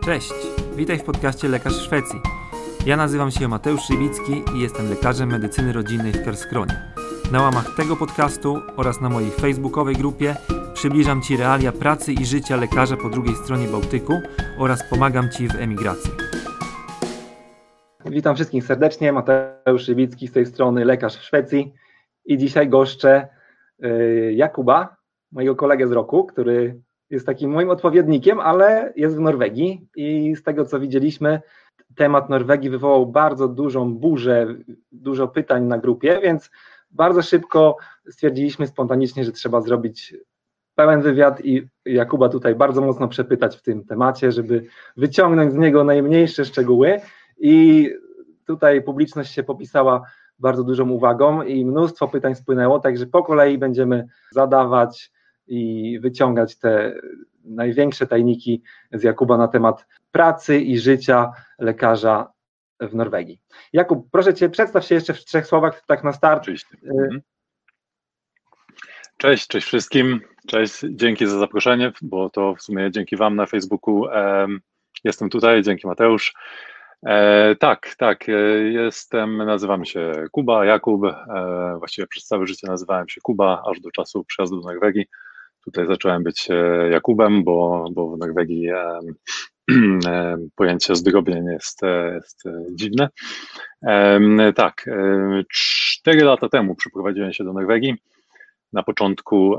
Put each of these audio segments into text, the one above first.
Cześć, witaj w podcaście Lekarz w Szwecji. Ja nazywam się Mateusz Szybicki i jestem lekarzem medycyny rodzinnej w Karlskronie. Na łamach tego podcastu oraz na mojej facebookowej grupie przybliżam Ci realia pracy i życia lekarza po drugiej stronie Bałtyku oraz pomagam Ci w emigracji. Witam wszystkich serdecznie, Mateusz Szybicki z tej strony, lekarz w Szwecji i dzisiaj goszczę Jakuba, mojego kolegę z roku, który jest takim moim odpowiednikiem, ale jest w Norwegii i z tego co widzieliśmy, temat Norwegii wywołał bardzo dużą burzę, dużo pytań na grupie, więc bardzo szybko stwierdziliśmy spontanicznie, że trzeba zrobić pełen wywiad i Jakuba tutaj bardzo mocno przepytać w tym temacie, żeby wyciągnąć z niego najmniejsze szczegóły i tutaj publiczność się popisała bardzo dużą uwagą i mnóstwo pytań spłynęło, także po kolei będziemy zadawać i wyciągać te największe tajniki z Jakuba na temat pracy i życia lekarza w Norwegii. Jakub, proszę Cię, przedstaw się jeszcze w 3 słowach, tak na start. Oczywiście. Cześć wszystkim, cześć, dzięki za zaproszenie, bo to w sumie dzięki Wam na Facebooku jestem tutaj, dzięki Mateusz. Tak, nazywam się Kuba, Jakub, właściwie przez całe życie nazywałem się Kuba, aż do czasu przyjazdu do Norwegii. Tutaj zacząłem być Jakubem, bo w Norwegii pojęcie zdrobień jest dziwne. 4 lata temu przeprowadziłem się do Norwegii. Na początku,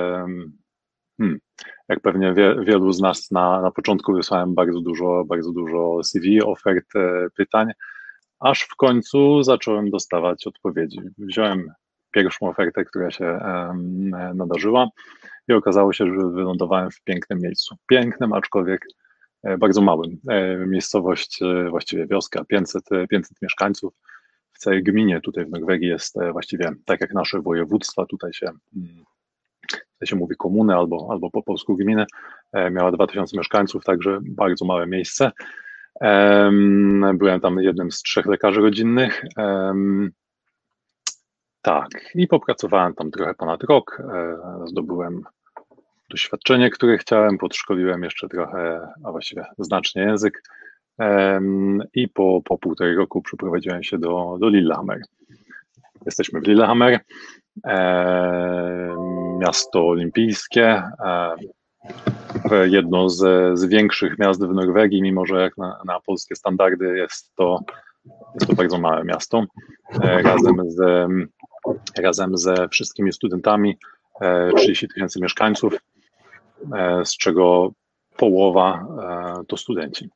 jak pewnie wielu z nas, na początku wysłałem bardzo dużo CV, ofert, pytań, aż w końcu zacząłem dostawać odpowiedzi. Wziąłem pierwszą ofertę, która się nadarzyła i okazało się, że wylądowałem w pięknym miejscu. Pięknym, aczkolwiek bardzo małym. Miejscowość, właściwie wioska, 500 mieszkańców. W całej gminie tutaj w Norwegii jest właściwie tak jak nasze województwa, tutaj się mówi komuny albo po polsku gminy, miała 2000 mieszkańców, także bardzo małe miejsce. Byłem tam jednym z 3 lekarzy rodzinnych. Tak, i popracowałem tam trochę ponad rok, zdobyłem doświadczenie, które chciałem, podszkoliłem jeszcze trochę, a właściwie znacznie język i po 1,5 roku przeprowadziłem się do Lillehammer. Jesteśmy w Lillehammer, miasto olimpijskie, jedno z większych miast w Norwegii, mimo że jak na polskie standardy jest to bardzo małe miasto. Razem ze wszystkimi studentami 30 000 mieszkańców, z czego połowa to studenci.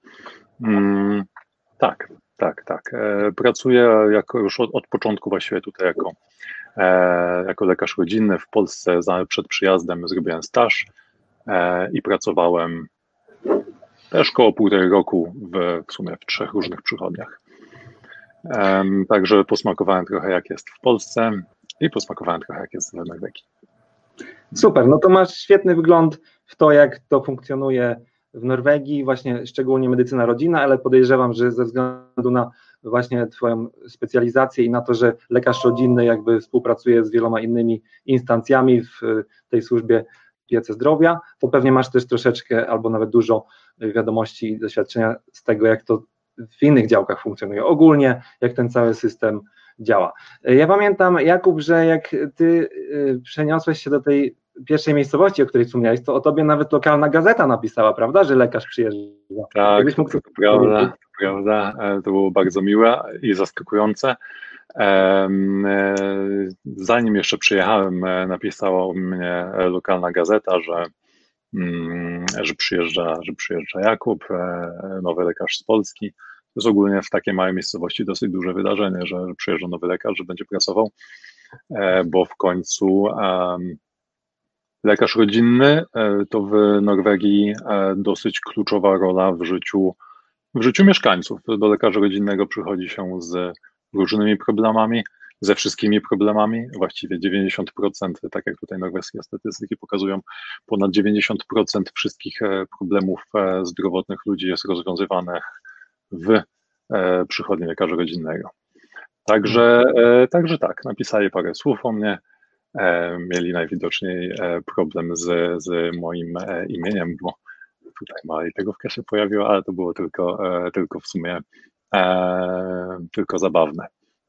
Tak. Pracuję już od początku właściwie tutaj jako lekarz rodzinny w Polsce. Przed przyjazdem zrobiłem staż i pracowałem też koło 1,5 roku w sumie w 3 różnych przychodniach. Także posmakowałem trochę jak jest w Polsce i posmakowałem trochę jak jest w Norwegii. Super, no to masz świetny wgląd w to, jak to funkcjonuje w Norwegii, właśnie szczególnie medycyna rodzinna, ale podejrzewam, że ze względu na właśnie Twoją specjalizację i na to, że lekarz rodzinny jakby współpracuje z wieloma innymi instancjami w tej służbie opiece zdrowia, to pewnie masz też troszeczkę albo nawet dużo wiadomości i doświadczenia z tego, jak to w innych działkach funkcjonuje, ogólnie jak ten cały system działa. Ja pamiętam, Jakub, że jak Ty przeniosłeś się do tej pierwszej miejscowości, o której wspomniałeś, to o Tobie nawet lokalna gazeta napisała, prawda, że lekarz przyjeżdża. Tak, to prawda, to było bardzo miłe i zaskakujące. Zanim jeszcze przyjechałem, napisała o mnie lokalna gazeta, że przyjeżdża Jakub, nowy lekarz z Polski. To jest ogólnie w takiej małej miejscowości dosyć duże wydarzenie, że przyjeżdża nowy lekarz, że będzie pracował, bo w końcu lekarz rodzinny to w Norwegii dosyć kluczowa rola w życiu mieszkańców. Do lekarza rodzinnego przychodzi się z różnymi problemami, ze wszystkimi problemami, właściwie 90%, tak jak tutaj norweskie statystyki pokazują, ponad 90% wszystkich problemów zdrowotnych ludzi jest rozwiązywanych w przychodni lekarza rodzinnego. Także tak, napisali parę słów o mnie, mieli najwidoczniej problem z moim imieniem, bo tutaj mała literówka się pojawiła, ale to było tylko w sumie tylko zabawne.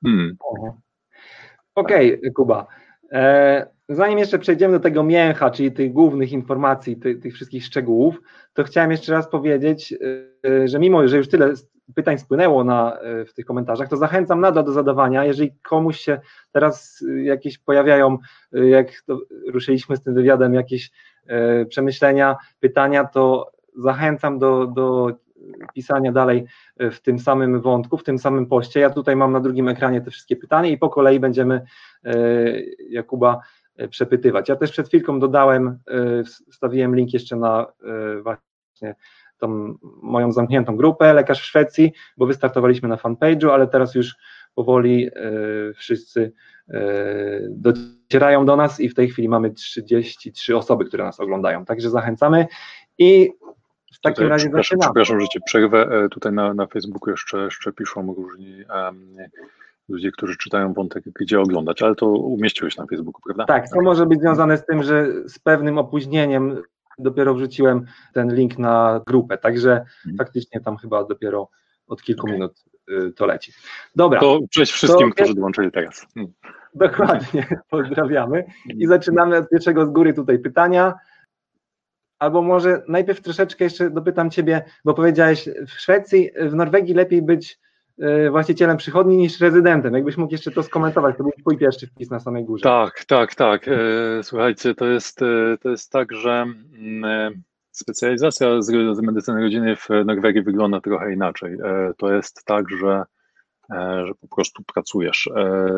Okej, Kuba. Zanim jeszcze przejdziemy do tego mięcha, czyli tych głównych informacji, tych wszystkich szczegółów, to chciałem jeszcze raz powiedzieć, że mimo, że już tyle pytań spłynęło w tych komentarzach, to zachęcam nadal do zadawania. Jeżeli komuś się teraz jakieś pojawiają, jak ruszyliśmy z tym wywiadem, jakieś przemyślenia, pytania, to zachęcam do pisania dalej w tym samym wątku, w tym samym poście. Ja tutaj mam na drugim ekranie te wszystkie pytania i po kolei będziemy Jakuba przepytywać. Ja też przed chwilką dodałem, wstawiłem link jeszcze na właśnie tą moją zamkniętą grupę Lekarz w Szwecji, bo wystartowaliśmy na fanpage'u, ale teraz już powoli wszyscy docierają do nas i w tej chwili mamy 33 osoby, które nas oglądają, także zachęcamy i w takim razie zaczynamy. Przepraszam, że Cię przerwę, tutaj na Facebooku jeszcze piszą różni ludzie, którzy czytają wątek, gdzie oglądać, ale to umieściłeś na Facebooku, prawda? Tak, to może być związane z tym, że z pewnym opóźnieniem dopiero wrzuciłem ten link na grupę, także faktycznie tam chyba dopiero od kilku minut to leci. Dobra. To cześć wszystkim, którzy dołączyli teraz. Dokładnie, pozdrawiamy i zaczynamy od pierwszego z góry tutaj pytania. Albo może najpierw troszeczkę jeszcze dopytam Ciebie, bo powiedziałeś, w Szwecji, w Norwegii lepiej być właścicielem przychodni niż rezydentem. Jakbyś mógł jeszcze to skomentować, to był Twój pierwszy wpis na samej górze. Tak. Słuchajcie, to jest tak, że specjalizacja z medycyny rodzinnej w Norwegii wygląda trochę inaczej. To jest tak, że po prostu pracujesz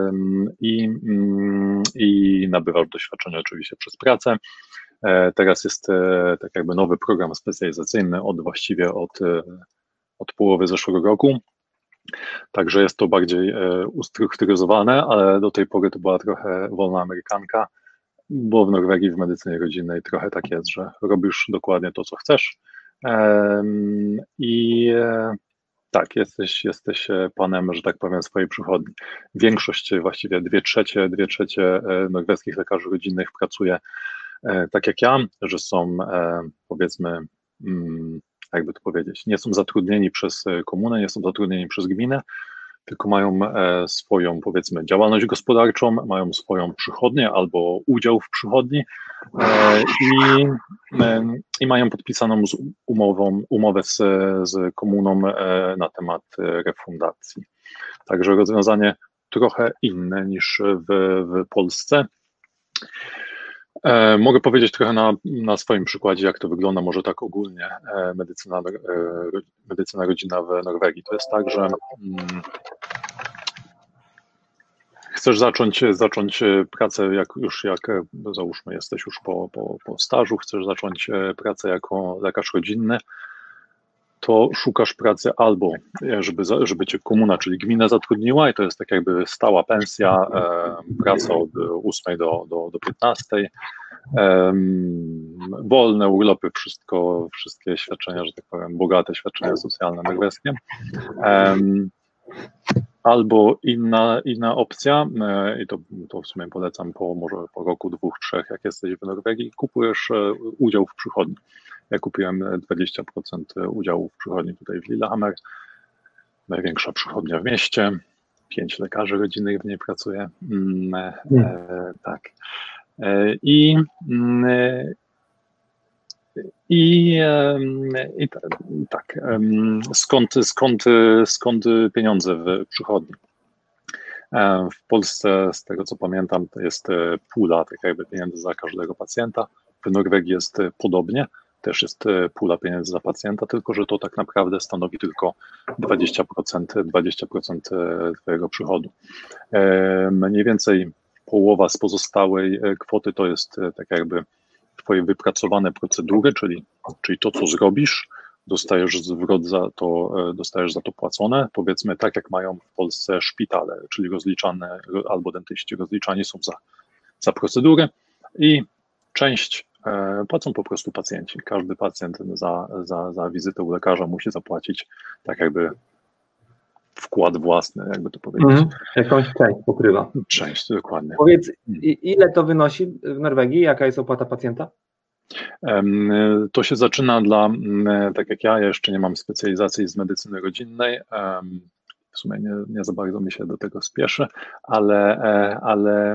i nabywasz doświadczenie oczywiście przez pracę. Teraz jest tak jakby nowy program specjalizacyjny właściwie od połowy zeszłego roku, także jest to bardziej ustrukturyzowane, ale do tej pory to była trochę wolna amerykanka, bo w Norwegii w medycynie rodzinnej trochę tak jest, że robisz dokładnie to, co chcesz i tak, jesteś panem, że tak powiem, swojej przychodni. Większość, właściwie dwie trzecie norweskich lekarzy rodzinnych pracuje tak jak ja, że są, powiedzmy, jakby to powiedzieć, nie są zatrudnieni przez komunę, nie są zatrudnieni przez gminę, tylko mają swoją, powiedzmy, działalność gospodarczą, mają swoją przychodnię albo udział w przychodni i mają podpisaną umowę z komuną na temat refundacji. Także rozwiązanie trochę inne niż w Polsce. Mogę powiedzieć trochę na swoim przykładzie, jak to wygląda, może tak ogólnie medycyna rodzinna w Norwegii. To jest tak, że chcesz zacząć pracę, jak załóżmy jesteś już po stażu, chcesz zacząć pracę jako lekarz rodzinny, to szukasz pracy albo, żeby cię komuna, czyli gmina zatrudniła i to jest tak jakby stała pensja, praca od 8 do 15, wolne urlopy, wszystkie świadczenia, że tak powiem, bogate świadczenia socjalne norweskie. Albo inna opcja, i to w sumie polecam może po roku, 2, 3, jak jesteś w Norwegii, kupujesz udział w przychodni. Ja kupiłem 20% udziału w przychodni tutaj w Lillehammer, największa przychodnia w mieście, 5 lekarzy rodzinnych w niej pracuje. Tak. Tak. Skąd pieniądze w przychodni? W Polsce, z tego co pamiętam, to jest pula tak jakby pieniędzy za każdego pacjenta. W Norwegii jest podobnie, też jest pula pieniędzy za pacjenta, tylko że to tak naprawdę stanowi tylko 20% twojego przychodu. Mniej więcej połowa z pozostałej kwoty to jest tak jakby twoje wypracowane procedury, czyli to, co zrobisz, dostajesz zwrot za to, dostajesz za to płacone, powiedzmy tak jak mają w Polsce szpitale, czyli rozliczane, albo dentyści rozliczani są za procedury i część płacą po prostu pacjenci. Każdy pacjent za wizytę u lekarza musi zapłacić tak jakby wkład własny, jakby to powiedzieć. Jakąś część pokrywa. Część, dokładnie. Powiedz, ile to wynosi w Norwegii? Jaka jest opłata pacjenta? To się zaczyna tak jak ja jeszcze nie mam specjalizacji z medycyny rodzinnej, w sumie nie za bardzo mi się do tego spieszy, ale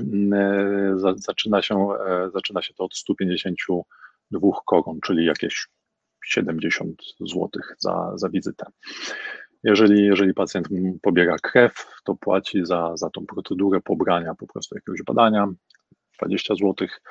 zaczyna się to od 152 koron, czyli jakieś 70 zł za wizytę. Jeżeli pacjent pobiera krew, to płaci za tą procedurę pobrania po prostu jakiegoś badania 20 zł.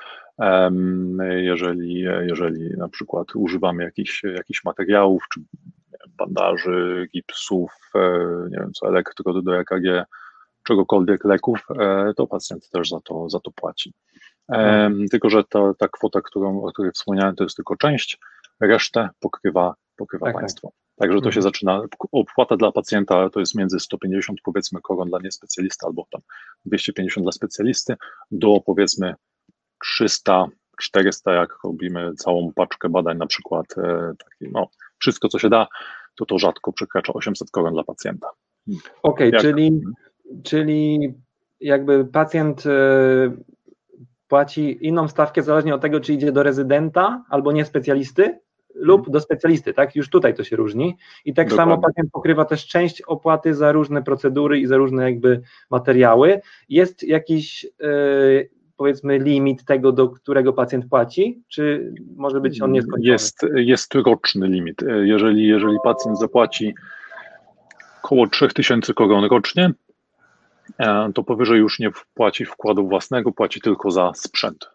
Jeżeli na przykład używamy jakichś materiałów, czy bandaży, gipsów, nie wiem co, elektrody do EKG, czegokolwiek, leków, to pacjent też za to płaci. Tylko że ta kwota, o której wspomniałem, to jest tylko część, resztę pokrywa państwo. Także to się zaczyna, opłata dla pacjenta to jest między 150 powiedzmy koron dla niespecjalisty, albo tam 250 dla specjalisty, do powiedzmy 300, 400, jak robimy całą paczkę badań, na przykład wszystko co się da, to rzadko przekracza 800 koron dla pacjenta. Okej, czyli jakby pacjent płaci inną stawkę zależnie od tego, czy idzie do rezydenta albo nie specjalisty, lub do specjalisty, tak? Już tutaj to się różni. I tak Dokładnie. samo pacjent pokrywa też część opłaty za różne procedury i za różne jakby materiały. Jest jakiś powiedzmy limit tego, do którego pacjent płaci, czy może być on nieskończony? Jest roczny limit. Jeżeli pacjent zapłaci około 3000 koron rocznie, to powyżej już nie płaci wkładu własnego, płaci tylko za sprzęt,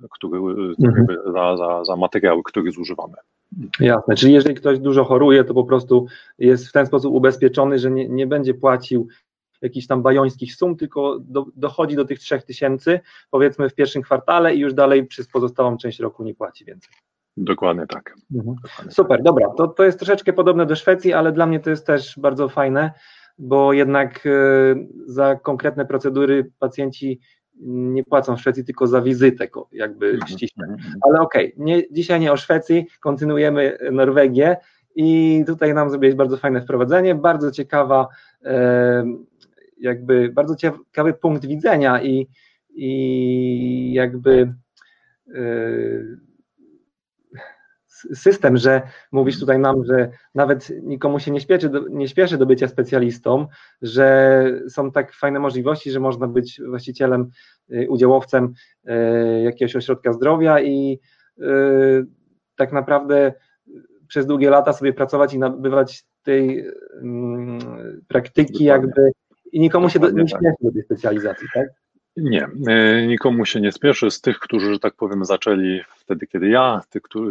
za materiały, które zużywamy. Jasne, czyli jeżeli ktoś dużo choruje, to po prostu jest w ten sposób ubezpieczony, że nie będzie płacił jakichś tam bajońskich sum, tylko dochodzi do tych 3000, powiedzmy w pierwszym kwartale i już dalej przez pozostałą część roku nie płaci więcej. Dokładnie tak. Super, dobra, to jest troszeczkę podobne do Szwecji, ale dla mnie to jest też bardzo fajne, bo jednak za konkretne procedury pacjenci nie płacą w Szwecji, tylko za wizytę, jakby ściśle. Ale okej, dzisiaj nie o Szwecji, kontynuujemy Norwegię i tutaj nam zrobiłeś bardzo fajne wprowadzenie, bardzo ciekawa, bardzo ciekawy punkt widzenia i jakby system, że mówisz tutaj nam, że nawet nikomu się nie śpieszy do bycia specjalistą, że są tak fajne możliwości, że można być właścicielem, udziałowcem jakiegoś ośrodka zdrowia i tak naprawdę przez długie lata sobie pracować i nabywać tej praktyki jakby i nikomu się nie śpieszy do tej specjalizacji, tak? Nie, nikomu się nie spieszy. Z tych, którzy, że tak powiem, zaczęli wtedy, kiedy ja,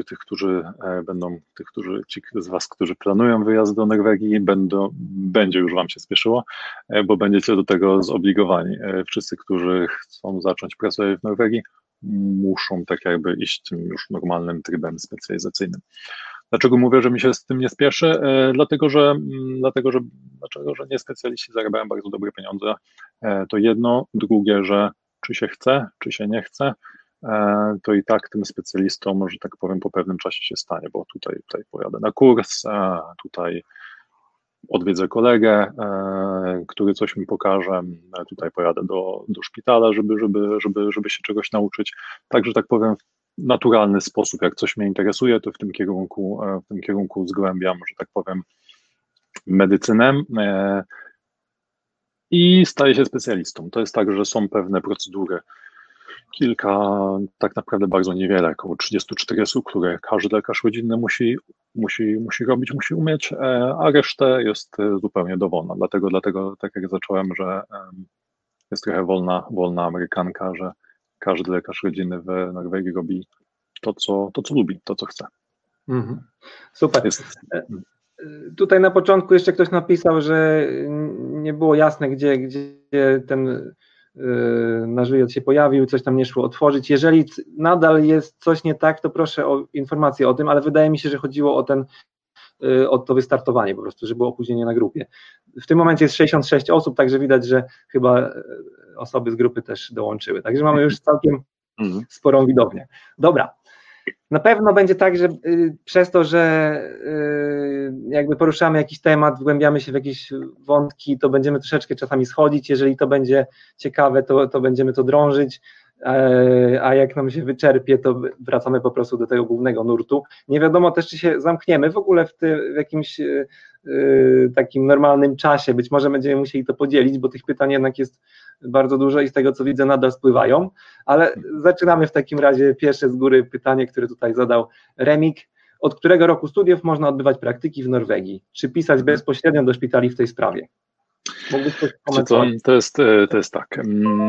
ci z Was, którzy planują wyjazd do Norwegii, będzie już Wam się spieszyło, bo będziecie do tego zobligowani. Wszyscy, którzy chcą zacząć pracować w Norwegii, muszą tak jakby iść tym już normalnym trybem specjalizacyjnym. Dlaczego mówię, że mi się z tym nie spieszy? Dlaczego, że niespecjaliści zarabiają bardzo dobre pieniądze. To jedno, drugie, że czy się chce, czy się nie chce, to i tak tym specjalistą, że tak powiem, po pewnym czasie się stanie, bo tutaj pojadę na kurs, tutaj odwiedzę kolegę, który coś mi pokaże, tutaj pojadę do szpitala, żeby się czegoś nauczyć. Także tak powiem, w naturalny sposób, jak coś mnie interesuje, to w tym kierunku zgłębiam, że tak powiem, medycynę i staję się specjalistą. To jest tak, że są pewne procedury, kilka, tak naprawdę bardzo niewiele, około 30-40, które każdy lekarz rodzinny musi robić, musi umieć, a resztę jest zupełnie dowolna. Dlatego tak jak zacząłem, że jest trochę wolna amerykanka, że każdy lekarz rodzinny w Norwegii robi to, co lubi, to, co chce. Super. Tutaj na początku jeszcze ktoś napisał, że nie było jasne, gdzie ten nasz wywiad się pojawił, coś tam nie szło otworzyć. Jeżeli nadal jest coś nie tak, to proszę o informację o tym, ale wydaje mi się, że chodziło o to wystartowanie po prostu, że było opóźnienie na grupie. W tym momencie jest 66 osób, także widać, że chyba osoby z grupy też dołączyły. Także mamy już całkiem sporą widownię. Dobra. Na pewno będzie tak, że przez to, że jakby poruszamy jakiś temat, wgłębiamy się w jakieś wątki, to będziemy troszeczkę czasami schodzić. Jeżeli to będzie ciekawe, to będziemy to drążyć. a jak nam się wyczerpie, to wracamy po prostu do tego głównego nurtu. Nie wiadomo też, czy się zamkniemy w ogóle w jakimś takim normalnym czasie. Być może będziemy musieli to podzielić, bo tych pytań jednak jest bardzo dużo i z tego, co widzę, nadal spływają, ale zaczynamy w takim razie pierwsze z góry pytanie, które tutaj zadał Remik. Od którego roku studiów można odbywać praktyki w Norwegii? Czy pisać bezpośrednio do szpitali w tej sprawie? Mógłbyś coś komentować? To jest tak.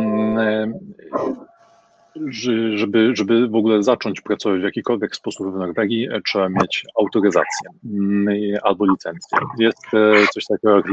Żeby w ogóle zacząć pracować w jakikolwiek sposób w Norwegii, trzeba mieć autoryzację albo licencję. Jest coś takiego jak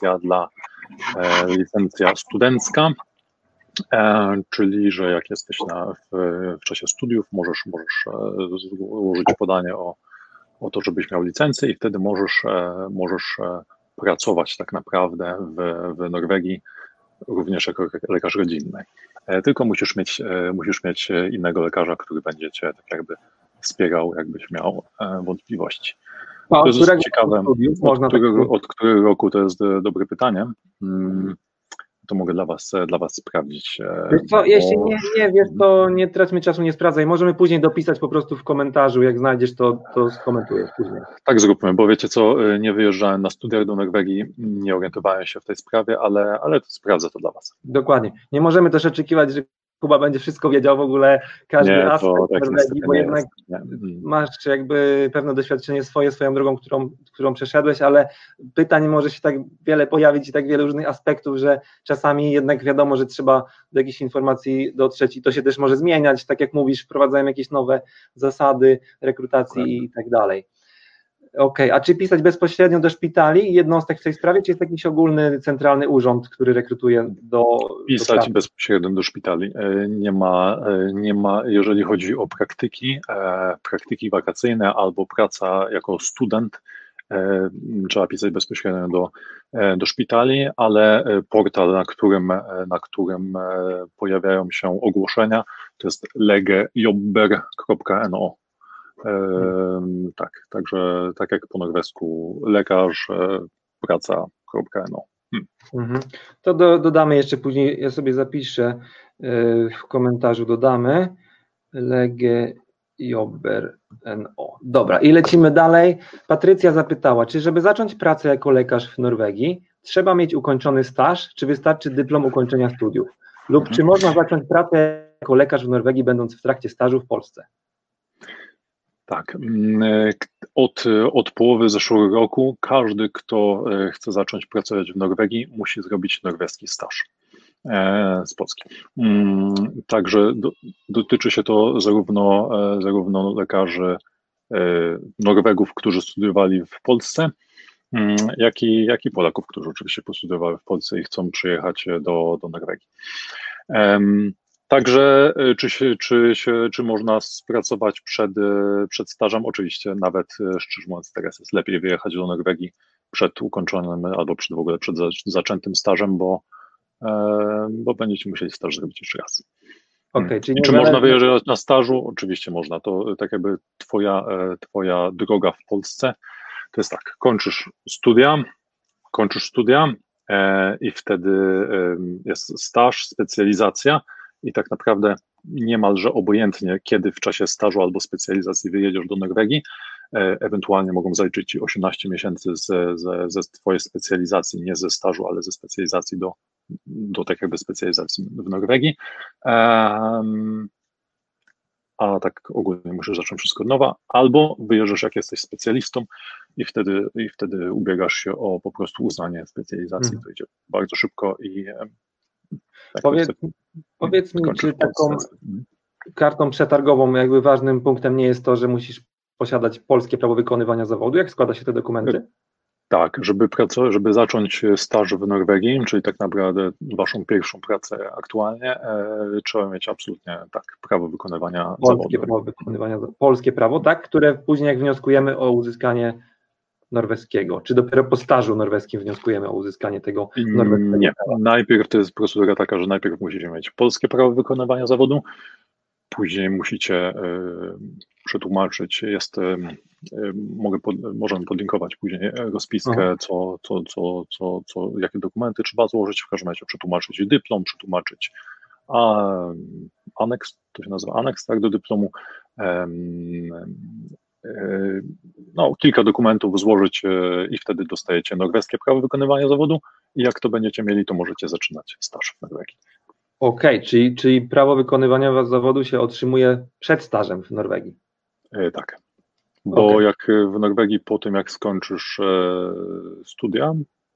licencja studencka, czyli że jak jesteś w czasie studiów, możesz złożyć podanie o to, żebyś miał licencję i wtedy możesz pracować tak naprawdę w Norwegii również jako lekarz rodzinny. Tylko musisz mieć innego lekarza, który będzie cię tak jakby wspierał, jakbyś miał wątpliwości. To jest dosyć ciekawe. Od którego roku to jest dobre pytanie. To mogę dla was sprawdzić. Jeśli nie wiesz, to nie traćmy czasu, nie sprawdzaj. Możemy później dopisać po prostu w komentarzu, jak znajdziesz, to skomentujesz później. Tak zróbmy, bo wiecie co, nie wyjeżdżałem na studiach do Norwegii, nie orientowałem się w tej sprawie, ale to sprawdzę to dla was. Dokładnie. Nie możemy też oczekiwać, że Kuba będzie wszystko wiedział w ogóle, każdy aspekt Norwegii, bo jednak masz jakby pewne doświadczenie swoją drogą, którą przeszedłeś, ale pytań może się tak wiele pojawić i tak wiele różnych aspektów, że czasami jednak wiadomo, że trzeba do jakichś informacji dotrzeć i to się też może zmieniać, tak jak mówisz, wprowadzają jakieś nowe zasady rekrutacji i tak dalej. Okej, a czy pisać bezpośrednio do szpitali i jednostek w tej sprawie, czy jest jakiś ogólny, centralny urząd, który rekrutuje Pisać bezpośrednio do szpitali. Nie ma, jeżeli chodzi o praktyki wakacyjne albo praca jako student, trzeba pisać bezpośrednio do szpitali, ale portal, na którym pojawiają się ogłoszenia, to jest legejobber.no. Także tak jak po norwesku lekarz, praca.no. To dodamy jeszcze później, ja sobie zapiszę w komentarzu, dodamy legejobber.no. Dobra, i lecimy dalej. Patrycja zapytała, czy żeby zacząć pracę jako lekarz w Norwegii, trzeba mieć ukończony staż, czy wystarczy dyplom ukończenia studiów? Lub czy można zacząć pracę jako lekarz w Norwegii, będąc w trakcie stażu w Polsce? Tak, od połowy zeszłego roku każdy, kto chce zacząć pracować w Norwegii, musi zrobić norweski staż z Polski. Także dotyczy się to zarówno lekarzy Norwegów, którzy studiowali w Polsce, jak i Polaków, którzy oczywiście postudiowali w Polsce i chcą przyjechać do Norwegii. Także czy można spracować przed stażem? Oczywiście, nawet szczerze mówiąc, teraz jest lepiej wyjechać do Norwegii przed ukończonym albo w ogóle przed zaczętym stażem, bo będziecie musieli staż zrobić jeszcze raz. Okay, czyli czy można wyjeżdżać na stażu? Oczywiście można. To tak jakby twoja droga w Polsce to jest tak, kończysz studia i wtedy jest staż, specjalizacja. I tak naprawdę niemalże obojętnie, kiedy w czasie stażu albo specjalizacji wyjedziesz do Norwegii, ewentualnie mogą zaliczyć ci 18 miesięcy ze twojej specjalizacji, nie ze stażu, ale ze specjalizacji do tak jakby specjalizacji w Norwegii. A tak ogólnie musisz zacząć wszystko od nowa, albo wyjeżdżasz jak jesteś specjalistą i wtedy ubiegasz się o po prostu uznanie specjalizacji, to idzie bardzo szybko i Powiedz mi, czy taką kartą przetargową jakby ważnym punktem nie jest to, że musisz posiadać polskie prawo wykonywania zawodu? Jak składa się te dokumenty? Tak, żeby zacząć staż w Norwegii, czyli tak naprawdę waszą pierwszą pracę aktualnie, trzeba mieć absolutnie prawo wykonywania zawodu. Polskie prawo, tak, które później jak wnioskujemy o uzyskanie norweskiego, czy dopiero po stażu norweskim wnioskujemy o uzyskanie tego norweskiego? Nie, najpierw to jest procedura taka, że najpierw musicie mieć polskie prawo wykonywania zawodu, później musicie przetłumaczyć, możemy podlinkować później rozpiskę, jakie dokumenty trzeba złożyć, w każdym razie przetłumaczyć dyplom, przetłumaczyć aneks, to się nazywa aneks, tak, do dyplomu, no, kilka dokumentów złożyć i wtedy dostajecie norweskie prawo wykonywania zawodu i jak to będziecie mieli, to możecie zaczynać staż w Norwegii. Okej, czyli prawo wykonywania zawodu się otrzymuje przed stażem w Norwegii. Tak, bo jak w Norwegii po tym, jak skończysz studia,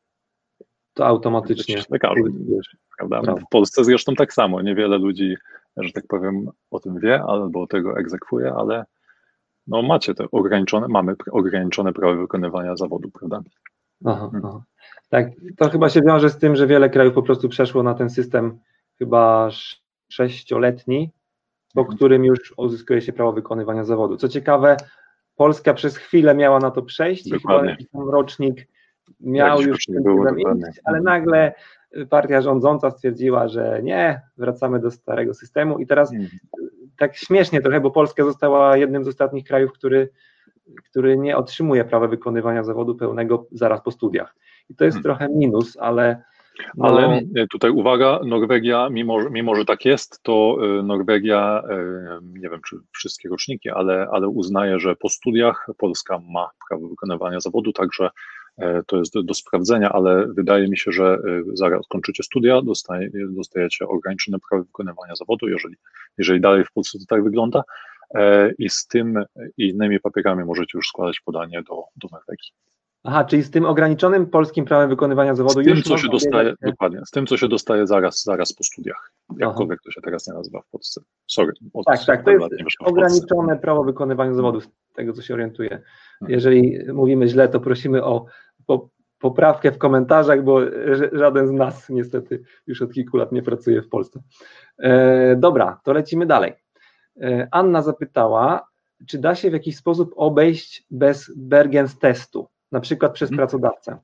to automatycznie jesteś lekarzem, prawda? W Polsce zresztą tak samo, niewiele ludzi, że tak powiem, o tym wie albo tego egzekwuje, ale no macie to mamy ograniczone prawo wykonywania zawodu, prawda? Aha. Tak, to chyba się wiąże z tym, że wiele krajów po prostu przeszło na ten system chyba 6-letni, po którym już uzyskuje się prawo wykonywania zawodu. Co ciekawe, Polska przez chwilę miała na to przejść i chyba jakiś tam rocznik miał już ten system iść, ale nagle partia rządząca stwierdziła, że nie, wracamy do starego systemu i teraz tak śmiesznie trochę, bo Polska została jednym z ostatnich krajów, który nie otrzymuje prawa wykonywania zawodu pełnego zaraz po studiach. I to jest trochę minus, ale... No... Ale tutaj uwaga, Norwegia, mimo że tak jest, to Norwegia, nie wiem czy wszystkie roczniki, ale uznaje, że po studiach Polska ma prawo wykonywania zawodu, także to jest do sprawdzenia, ale wydaje mi się, że zaraz kończycie studia, dostajecie ograniczone prawo wykonywania zawodu, jeżeli dalej w Polsce to tak wygląda, i z tym i innymi papierami możecie już składać podanie do Norwegii. Aha, czyli z tym ograniczonym polskim prawem wykonywania zawodu z tym, co się dostaje, dokładnie, z tym, co się dostaje zaraz po studiach, jakkolwiek to się teraz nie nazywa w Polsce. Sorry. Tak, to jest ograniczone prawo wykonywania zawodu, z tego, co się orientuję. Jeżeli mówimy źle, to prosimy o poprawkę w komentarzach, bo żaden z nas niestety już od kilku lat nie pracuje w Polsce. Dobra, to lecimy dalej. Anna zapytała, czy da się w jakiś sposób obejść bez Bergens testu, na przykład przez pracodawcę?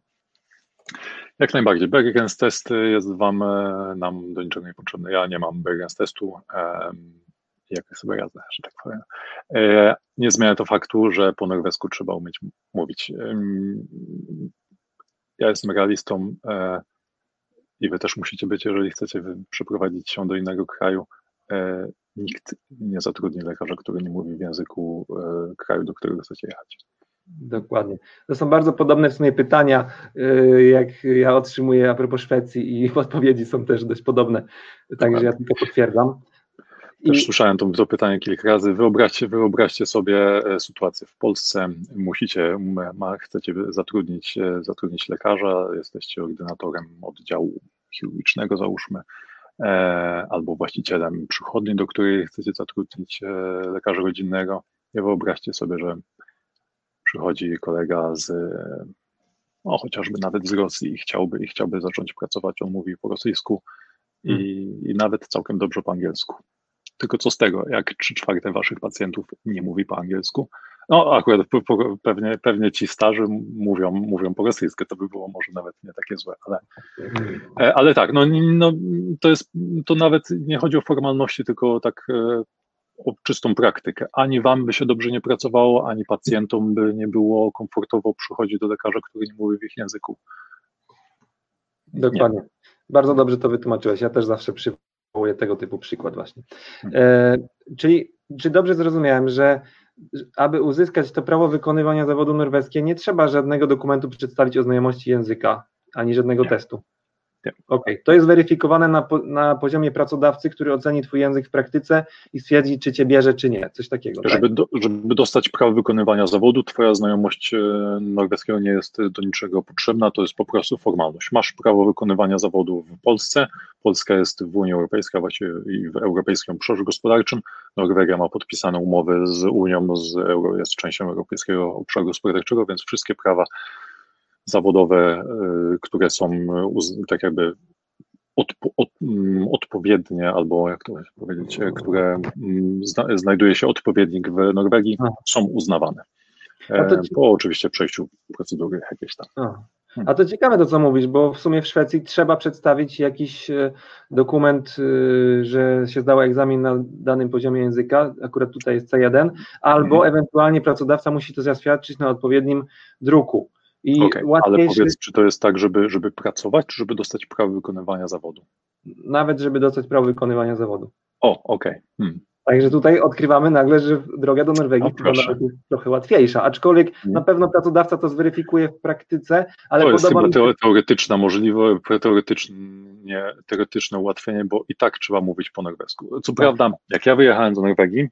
Jak najbardziej. Bergens test jest nam do niczego niepotrzebny. Ja nie mam Bergens testu. Jak sobie radzę, że tak powiem. Nie zmienia to faktu, że po norwesku trzeba umieć mówić. Ja jestem realistą i wy też musicie być, jeżeli chcecie przeprowadzić się do innego kraju. Nikt nie zatrudni lekarza, który nie mówi w języku kraju, do którego chcecie jechać. Dokładnie. To są bardzo podobne w sumie pytania, jak ja otrzymuję a propos Szwecji i odpowiedzi są też dość podobne, także ja tylko potwierdzam. Też słyszałem to pytanie kilka razy. Wyobraźcie sobie sytuację w Polsce. Chcecie zatrudnić lekarza, jesteście ordynatorem oddziału chirurgicznego, załóżmy, albo właścicielem przychodni, do której chcecie zatrudnić lekarza rodzinnego. I wyobraźcie sobie, że przychodzi kolega chociażby nawet z Rosji i chciałby zacząć pracować. On mówi po rosyjsku i nawet całkiem dobrze po angielsku. Tylko co z tego, jak 3/4 waszych pacjentów nie mówi po angielsku? No akurat pewnie ci starzy mówią po rosyjsku, to by było może nawet nie takie złe, ale tak, to nawet nie chodzi o formalności, tylko tak o czystą praktykę. Ani wam by się dobrze nie pracowało, ani pacjentom by nie było komfortowo przychodzić do lekarza, który nie mówi w ich języku. Dokładnie. Nie. Bardzo dobrze to wytłumaczyłeś. Ja też zawsze przywołuję tego typu przykład właśnie. Czy dobrze zrozumiałem, że aby uzyskać to prawo wykonywania zawodu norweskie, nie trzeba żadnego dokumentu przedstawić o znajomości języka, ani żadnego testu? Okej. To jest weryfikowane na poziomie pracodawcy, który oceni twój język w praktyce i stwierdzi, czy cię bierze, czy nie. Coś takiego. Żeby dostać prawo wykonywania zawodu, twoja znajomość norweskiego nie jest do niczego potrzebna, to jest po prostu formalność. Masz prawo wykonywania zawodu w Polsce, Polska jest w Unii Europejskiej, a właściwie i w Europejskim Obszarze Gospodarczym. Norwegia ma podpisane umowy z Unią, jest częścią Europejskiego Obszaru Gospodarczego, więc wszystkie prawa zawodowe, które są tak jakby odpowiednie, albo jak to powiedzieć, które znajduje się odpowiednik w Norwegii, są uznawane. Po oczywiście przejściu procedury jakiejś tam. A to ciekawe to, co mówisz, bo w sumie w Szwecji trzeba przedstawić jakiś dokument, że się zdało egzamin na danym poziomie języka, akurat tutaj jest C1, albo ewentualnie pracodawca musi to zaświadczyć na odpowiednim druku. Ale powiedz, czy to jest tak, żeby pracować, czy żeby dostać prawo wykonywania zawodu? Nawet żeby dostać prawo wykonywania zawodu. Okej. Także tutaj odkrywamy nagle, że droga do Norwegii chyba nawet jest trochę łatwiejsza, aczkolwiek na pewno pracodawca to zweryfikuje w praktyce, ale to jest podoba mi się... teoretyczna możliwość, teoretyczne ułatwienie, bo i tak trzeba mówić po norwesku. Co prawda, jak ja wyjechałem do Norwegii,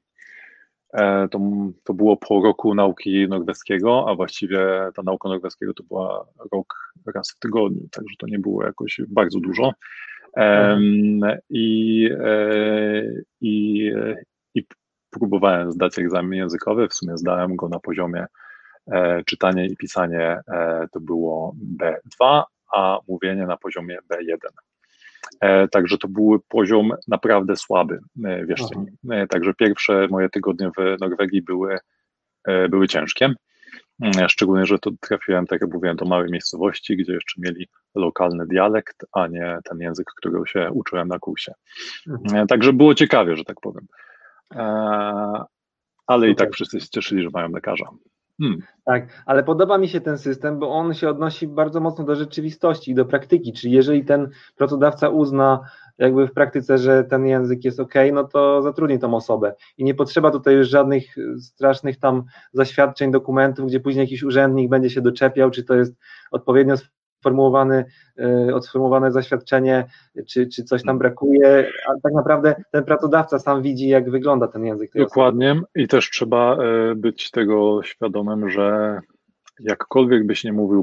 to było po roku nauki norweskiego, a właściwie ta nauka norweskiego to była rok raz w tygodniu, także to nie było jakoś bardzo dużo. I próbowałem zdać egzamin językowy, w sumie zdałem go na poziomie czytanie i pisanie to było B2, a mówienie na poziomie B1. Także to był poziom naprawdę słaby, wierzcie mi. Także pierwsze moje tygodnie w Norwegii były ciężkie. Szczególnie, że to trafiłem, tak jak mówiłem, do małej miejscowości, gdzie jeszcze mieli lokalny dialekt, a nie ten język, którego się uczyłem na kursie. Także było ciekawie, że tak powiem. Ale i tak wszyscy się cieszyli, że mają lekarza. Tak, ale podoba mi się ten system, bo on się odnosi bardzo mocno do rzeczywistości i do praktyki, czyli jeżeli ten pracodawca uzna jakby w praktyce, że ten język jest ok, no to zatrudni tą osobę i nie potrzeba tutaj już żadnych strasznych tam zaświadczeń, dokumentów, gdzie później jakiś urzędnik będzie się doczepiał, czy to jest odpowiednio sformułowane zaświadczenie, czy coś tam brakuje, a tak naprawdę ten pracodawca sam widzi, jak wygląda ten język. Dokładnie i też trzeba być tego świadomym, że jakkolwiek byś nie mówił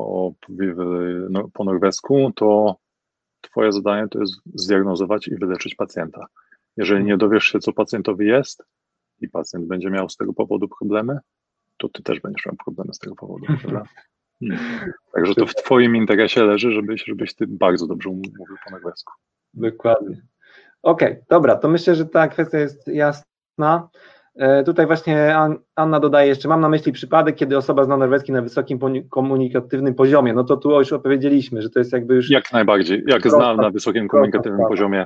po norwesku, to twoje zadanie to jest zdiagnozować i wyleczyć pacjenta. Jeżeli nie dowiesz się, co pacjentowi jest i pacjent będzie miał z tego powodu problemy, to ty też będziesz miał problemy z tego powodu, prawda? Także to w twoim interesie leży, żebyś ty bardzo dobrze mówił po norwesku. Dokładnie. Okej, dobra, to myślę, że ta kwestia jest jasna. Tutaj właśnie Anna dodaje jeszcze, mam na myśli przypadek, kiedy osoba zna norweski na wysokim komunikatywnym poziomie. No to tu już opowiedzieliśmy, że to jest jakby już... Jak najbardziej. Jak znam na wysokim komunikatywnym poziomie,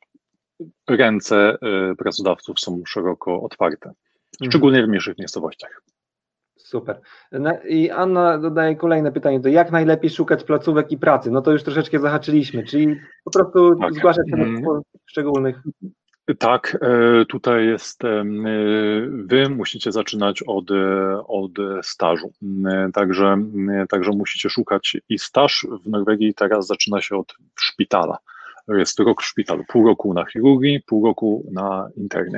ręce pracodawców są szeroko otwarte. Szczególnie w mniejszych miejscowościach. Super. I Anna dodaje kolejne pytanie, to jak najlepiej szukać placówek i pracy? No to już troszeczkę zahaczyliśmy, czyli po prostu zgłaszać się do szczególnych... Tak, tutaj jest, wy musicie zaczynać od stażu, także musicie szukać i staż w Norwegii teraz zaczyna się od szpitala. Jest rok w szpitalu, pół roku na chirurgii, pół roku na internie.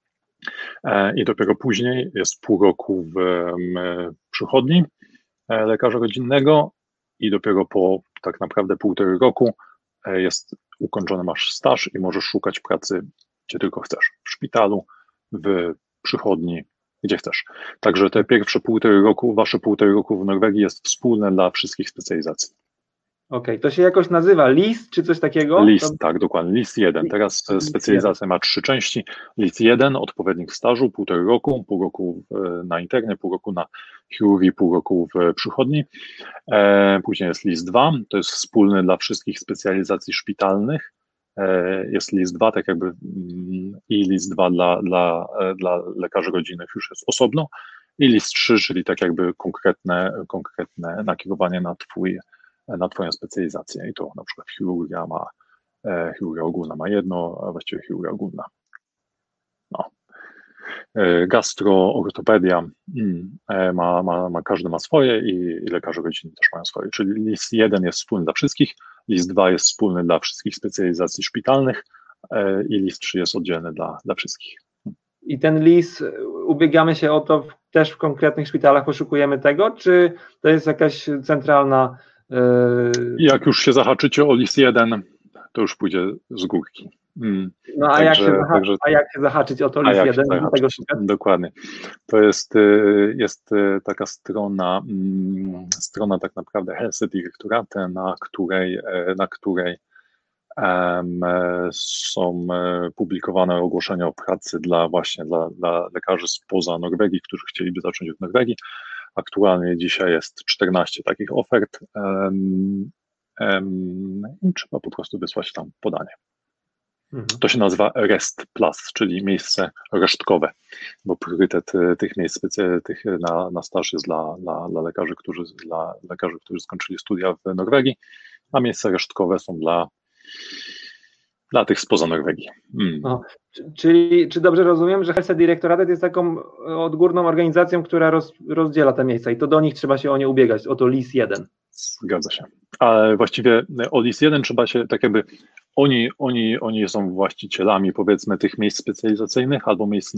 I dopiero później jest pół roku w przychodni lekarza rodzinnego i dopiero po tak naprawdę półtorej roku jest ukończony, masz staż i możesz szukać pracy gdzie tylko chcesz, w szpitalu, w przychodni, gdzie chcesz. Także te pierwsze wasze półtorej roku w Norwegii jest wspólne dla wszystkich specjalizacji. Okej, to się jakoś nazywa LIS, czy coś takiego? LIS, tak, dokładnie, LIS 1. Teraz specjalizacja ma 3 części. LIS 1, odpowiednik stażu, pół roku na internie, pół roku na chirurgii, pół roku w przychodni. Później jest LIS 2, to jest wspólny dla wszystkich specjalizacji szpitalnych. Jest LIS 2, tak jakby i LIS 2 dla lekarzy rodzinnych już jest osobno i LIS 3, czyli tak jakby konkretne nakierowanie na twoją specjalizację i to na przykład chirurgia ogólna ma jedno, a właściwie chirurgia ogólna. No. Gastro, ortopedia, każdy ma swoje i lekarze rodzinni też mają swoje, czyli LIS 1 jest wspólny dla wszystkich, LIS 2 jest wspólny dla wszystkich specjalizacji szpitalnych i LIS 3 jest oddzielny dla wszystkich. I ten LIS, ubiegamy się o to też w konkretnych szpitalach, poszukujemy tego, czy to jest jakaś centralna... Jak już się zahaczycie o LIS 1, to już pójdzie z górki. No a jak się zahaczyć o to LIS 1? Dokładnie. To jest taka strona tak naprawdę Helse Direktoratet, na której są publikowane ogłoszenia o pracy dla lekarzy spoza Norwegii, którzy chcieliby zacząć w Norwegii. Aktualnie dzisiaj jest 14 takich ofert i trzeba po prostu wysłać tam podanie. To się nazywa Rest Plus, czyli miejsce resztkowe, bo priorytet tych miejsc na staż jest dla lekarzy, którzy skończyli studia w Norwegii, a miejsca resztkowe są dla Dla tych spoza Norwegii. No. Czyli czy dobrze rozumiem, że Helse Direktoratet jest taką odgórną organizacją, która rozdziela te miejsca i to do nich trzeba się o nie ubiegać, o to LIS 1. Zgadza się. Ale właściwie o LIS 1 trzeba się tak jakby, oni są właścicielami powiedzmy tych miejsc specjalizacyjnych albo miejsc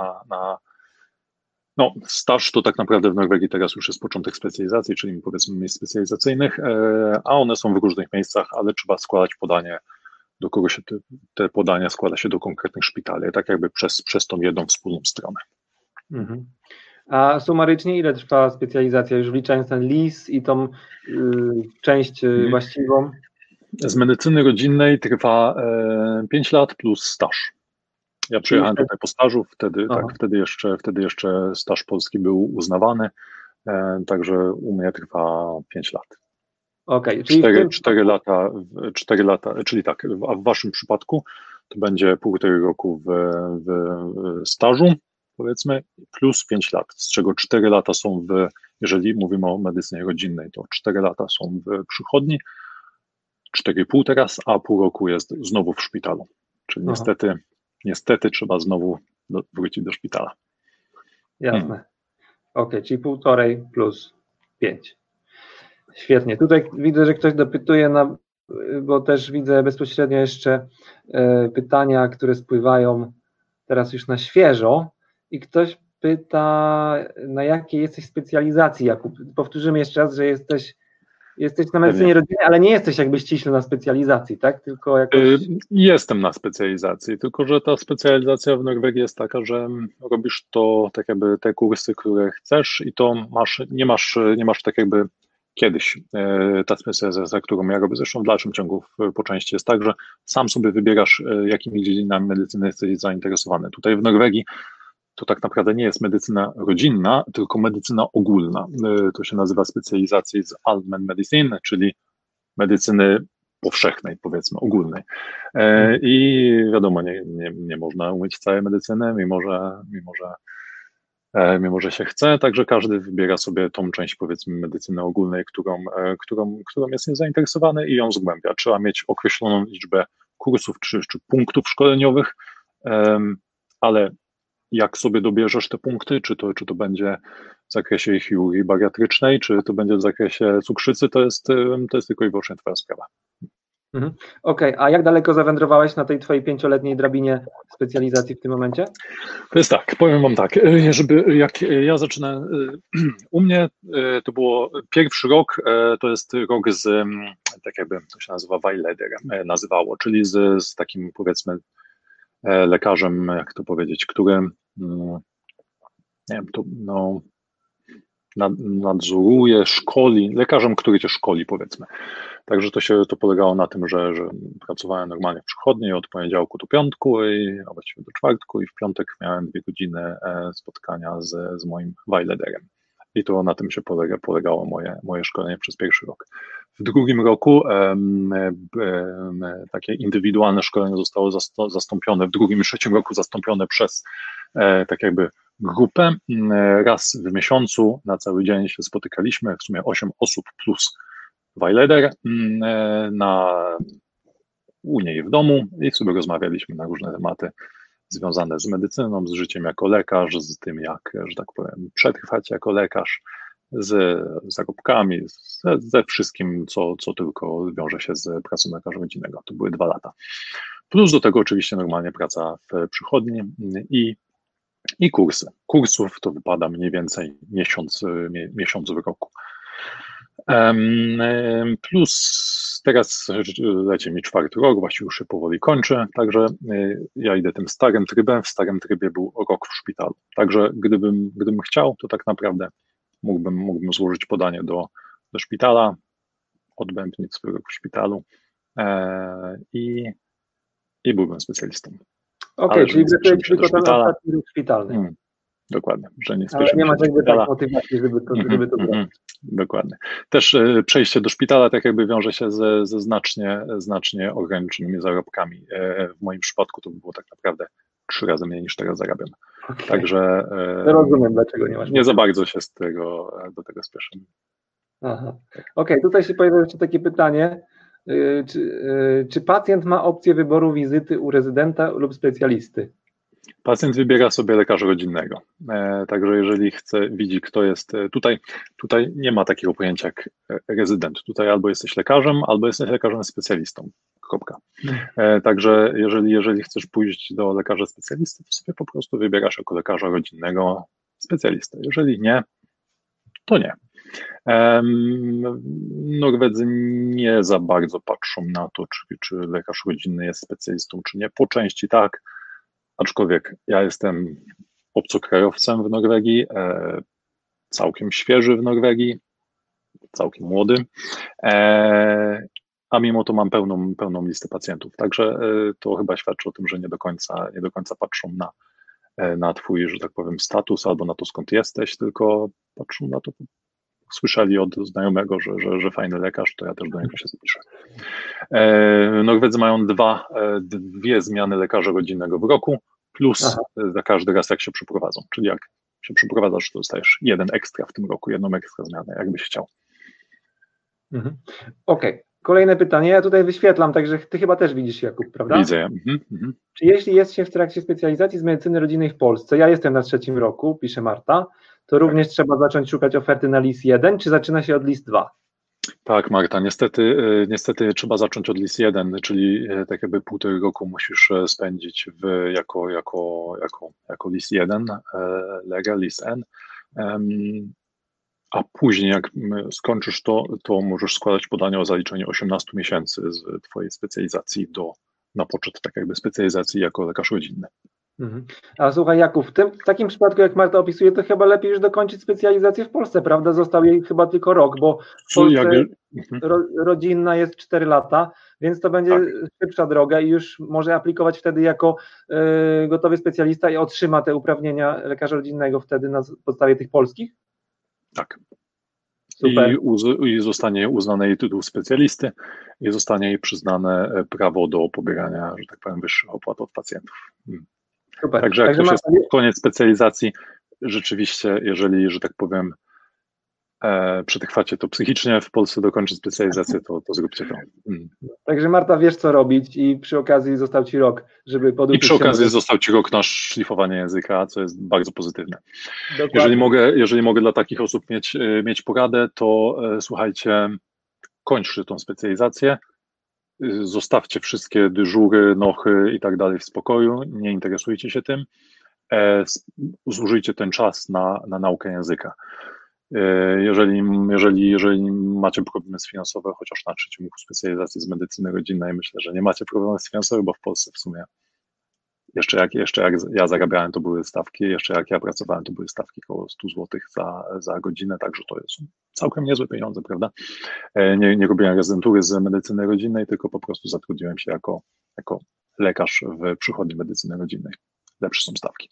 no staż to tak naprawdę w Norwegii teraz już jest początek specjalizacji, czyli powiedzmy miejsc specjalizacyjnych, a one są w różnych miejscach, ale trzeba składać podanie, do kogo się te podania składa się do konkretnych szpitali, tak jakby przez tą jedną wspólną stronę. Mhm. A sumarycznie ile trwa specjalizacja, już wliczając ten LIS i tą część właściwą? Z medycyny rodzinnej trwa 5 lat plus staż. Ja przyjechałem tutaj po stażu, wtedy jeszcze staż polski był uznawany, także u mnie trwa 5 lat. Okay, czyli 4 lata, czyli tak, a w waszym przypadku to będzie 1,5 roku w stażu, powiedzmy, plus 5 lat, z czego 4 lata są jeżeli mówimy o medycynie rodzinnej, to 4 lata są w przychodni, 4,5 teraz, a pół roku jest znowu w szpitalu. Czyli niestety trzeba znowu wrócić do szpitala. Jasne. Okej, czyli 1,5 plus 5. Świetnie. Tutaj widzę, że ktoś dopytuje, bo też widzę bezpośrednio jeszcze pytania, które spływają teraz już na świeżo i ktoś pyta, na jakiej jesteś specjalizacji, Jakub. Powtórzymy jeszcze raz, że jesteś na medycynie rodzinnej, ale nie jesteś jakby ściśle na specjalizacji, tak? Tylko jakoś... Jestem na specjalizacji, tylko że ta specjalizacja w Norwegii jest taka, że robisz to tak jakby te kursy, które chcesz i to nie masz tak jakby kiedyś. Ta specjalizacja, którą ja robię, zresztą w dalszym ciągu po części jest tak, że sam sobie wybierasz, jakimi dziedzinami medycyny jesteś zainteresowany. Tutaj w Norwegii to tak naprawdę nie jest medycyna rodzinna, tylko medycyna ogólna. To się nazywa specjalizacja z allmänmedicin, czyli medycyny powszechnej, powiedzmy, ogólnej. I wiadomo, nie można umieć całej medycyny, mimo że się chce, także każdy wybiera sobie tą część, powiedzmy, medycyny ogólnej, którą jest zainteresowany i ją zgłębia. Trzeba mieć określoną liczbę kursów czy punktów szkoleniowych, ale jak sobie dobierzesz te punkty, czy to będzie w zakresie chirurgii bariatrycznej, czy to będzie w zakresie cukrzycy, to jest tylko i wyłącznie twoja sprawa. Okej, a jak daleko zawędrowałeś na tej twojej 5-letniej drabinie specjalizacji w tym momencie? To jest tak, powiem wam tak, jak ja zaczynę, u mnie to było pierwszy rok, to jest rok tak jakby to się nazywa Weileder, nazywało, czyli z takim, powiedzmy, lekarzem, jak to powiedzieć, który nie wiem, nadzoruje, szkoli, lekarzem, który cię szkoli, powiedzmy. Także to polegało na tym, że pracowałem normalnie w przychodni od poniedziałku do piątku, a właściwie do czwartku i w piątek miałem 2 godziny spotkania z moim Weilederem. I to na tym się polegało moje szkolenie przez pierwszy rok. W drugim roku takie indywidualne szkolenie zostało zastąpione, w drugim i trzecim roku zastąpione przez tak jakby grupę. Raz w miesiącu na cały dzień się spotykaliśmy, w sumie 8 osób plus Weileder u niej w domu i sobie rozmawialiśmy na różne tematy związane z medycyną, z życiem jako lekarz, z tym jak, że tak powiem, przetrwać jako lekarz, z zarobkami, ze wszystkim, co tylko wiąże się z pracą lekarza rodzinnego. To były 2 lata. Plus do tego oczywiście normalnie praca w przychodni i kursy. Kursów to wypada mniej więcej miesiąc w roku. Plus teraz leci mi 4. rok, właściwie już się powoli kończy, także ja idę tym starym trybem. W starym trybie był rok w szpitalu. Także gdybym chciał, to tak naprawdę mógłbym złożyć podanie do szpitala, odbębnić swój rok w szpitalu i byłbym specjalistą. Okej, czyli brakuje ci tylko ten ostatni rok szpitalny. Dokładnie, że nie ale nie ma jakby tak motywacji, żeby to zrobić. Dokładnie. Też przejście do szpitala tak jakby wiąże się ze znacznie ograniczonymi zarobkami. W moim przypadku to by było tak naprawdę 3 razy mniej niż teraz zarabiam. Okay. Także rozumiem, dlaczego nie masz. Nie za bardzo się do tego spieszę. Okej, tutaj się pojawia jeszcze takie pytanie Czy pacjent ma opcję wyboru wizyty u rezydenta lub specjalisty? Pacjent wybiera sobie lekarza rodzinnego. Także jeżeli widzi, kto jest tutaj nie ma takiego pojęcia jak rezydent. Tutaj albo jesteś lekarzem specjalistą. Kropka. Także jeżeli chcesz pójść do lekarza specjalisty, to sobie po prostu wybierasz jako lekarza rodzinnego specjalistę. Jeżeli nie, to nie. Norwedzy nie za bardzo patrzą na to, czy lekarz rodzinny jest specjalistą, czy nie. Po części tak, aczkolwiek ja jestem obcokrajowcem w Norwegii, całkiem świeży w Norwegii, całkiem młody, a mimo to mam pełną listę pacjentów. Także to chyba świadczy o tym, że nie do końca patrzą na twój, że tak powiem, status albo na to, skąd jesteś, tylko patrzą na to, słyszeli od znajomego, że fajny lekarz, to ja też do niego się zapiszę. Norwedzy mają dwie zmiany lekarza rodzinnego w roku, plus za każdy raz jak się przeprowadzą. Czyli jak się przeprowadzasz, to dostajesz jeden ekstra w tym roku, jedną ekstra zmianę, jakbyś chciał. Okej. Kolejne pytanie, ja tutaj wyświetlam, także ty chyba też widzisz, Jakub, prawda? Widzę. Czy jeśli jest się w trakcie specjalizacji z medycyny rodzinnej w Polsce, ja jestem na 3. roku, pisze Marta, to również trzeba zacząć szukać oferty na LIS 1, czy zaczyna się od LIS 2? Tak, Marta, niestety trzeba zacząć od LIS 1, czyli tak jakby 1,5 roku musisz spędzić jako LIS 1, Lega, LIS N, a później jak skończysz to możesz składać podanie o zaliczenie 18 miesięcy z twojej specjalizacji na poczet tak jakby specjalizacji jako lekarz rodzinny. A słuchaj, Jakub, w takim przypadku, jak Marta opisuje, to chyba lepiej już dokończyć specjalizację w Polsce, prawda? Został jej chyba tylko rok, bo w Polsce rodzinna jest 4 lata, więc to będzie szybsza droga i już może aplikować wtedy jako gotowy specjalista i otrzyma te uprawnienia lekarza rodzinnego wtedy na podstawie tych polskich? Tak. Super. I zostanie uznany jej tytuł specjalisty i zostanie jej przyznane prawo do pobierania, że tak powiem, wyższych opłat od pacjentów. Super. Także jak już jest koniec specjalizacji, rzeczywiście, jeżeli, że tak powiem, przetrwacie to psychicznie w Polsce dokończyć specjalizację, to zróbcie to. Także Marta, wiesz co robić i przy okazji został ci rok, żeby poduczyć się. I przy okazji został ci rok na szlifowanie języka, co jest bardzo pozytywne. Dokładnie. Jeżeli mogę dla takich osób mieć poradę, to słuchajcie, kończcie tą specjalizację, zostawcie wszystkie dyżury, nochy i tak dalej w spokoju, nie interesujcie się tym, zużyjcie ten czas na naukę języka. Jeżeli macie problemy finansowe, chociaż na 3. roku specjalizacji z medycyny rodzinnej, myślę, że nie macie problemów finansowych, bo w Polsce w sumie jeszcze jak ja zarabiałem, to były stawki, jeszcze jak ja pracowałem, to były stawki około 100 zł za godzinę, także to jest całkiem niezłe pieniądze, prawda? Nie robiłem rezydentury z medycyny rodzinnej, tylko po prostu zatrudniłem się jako lekarz w przychodni medycyny rodzinnej. Lepsze są stawki.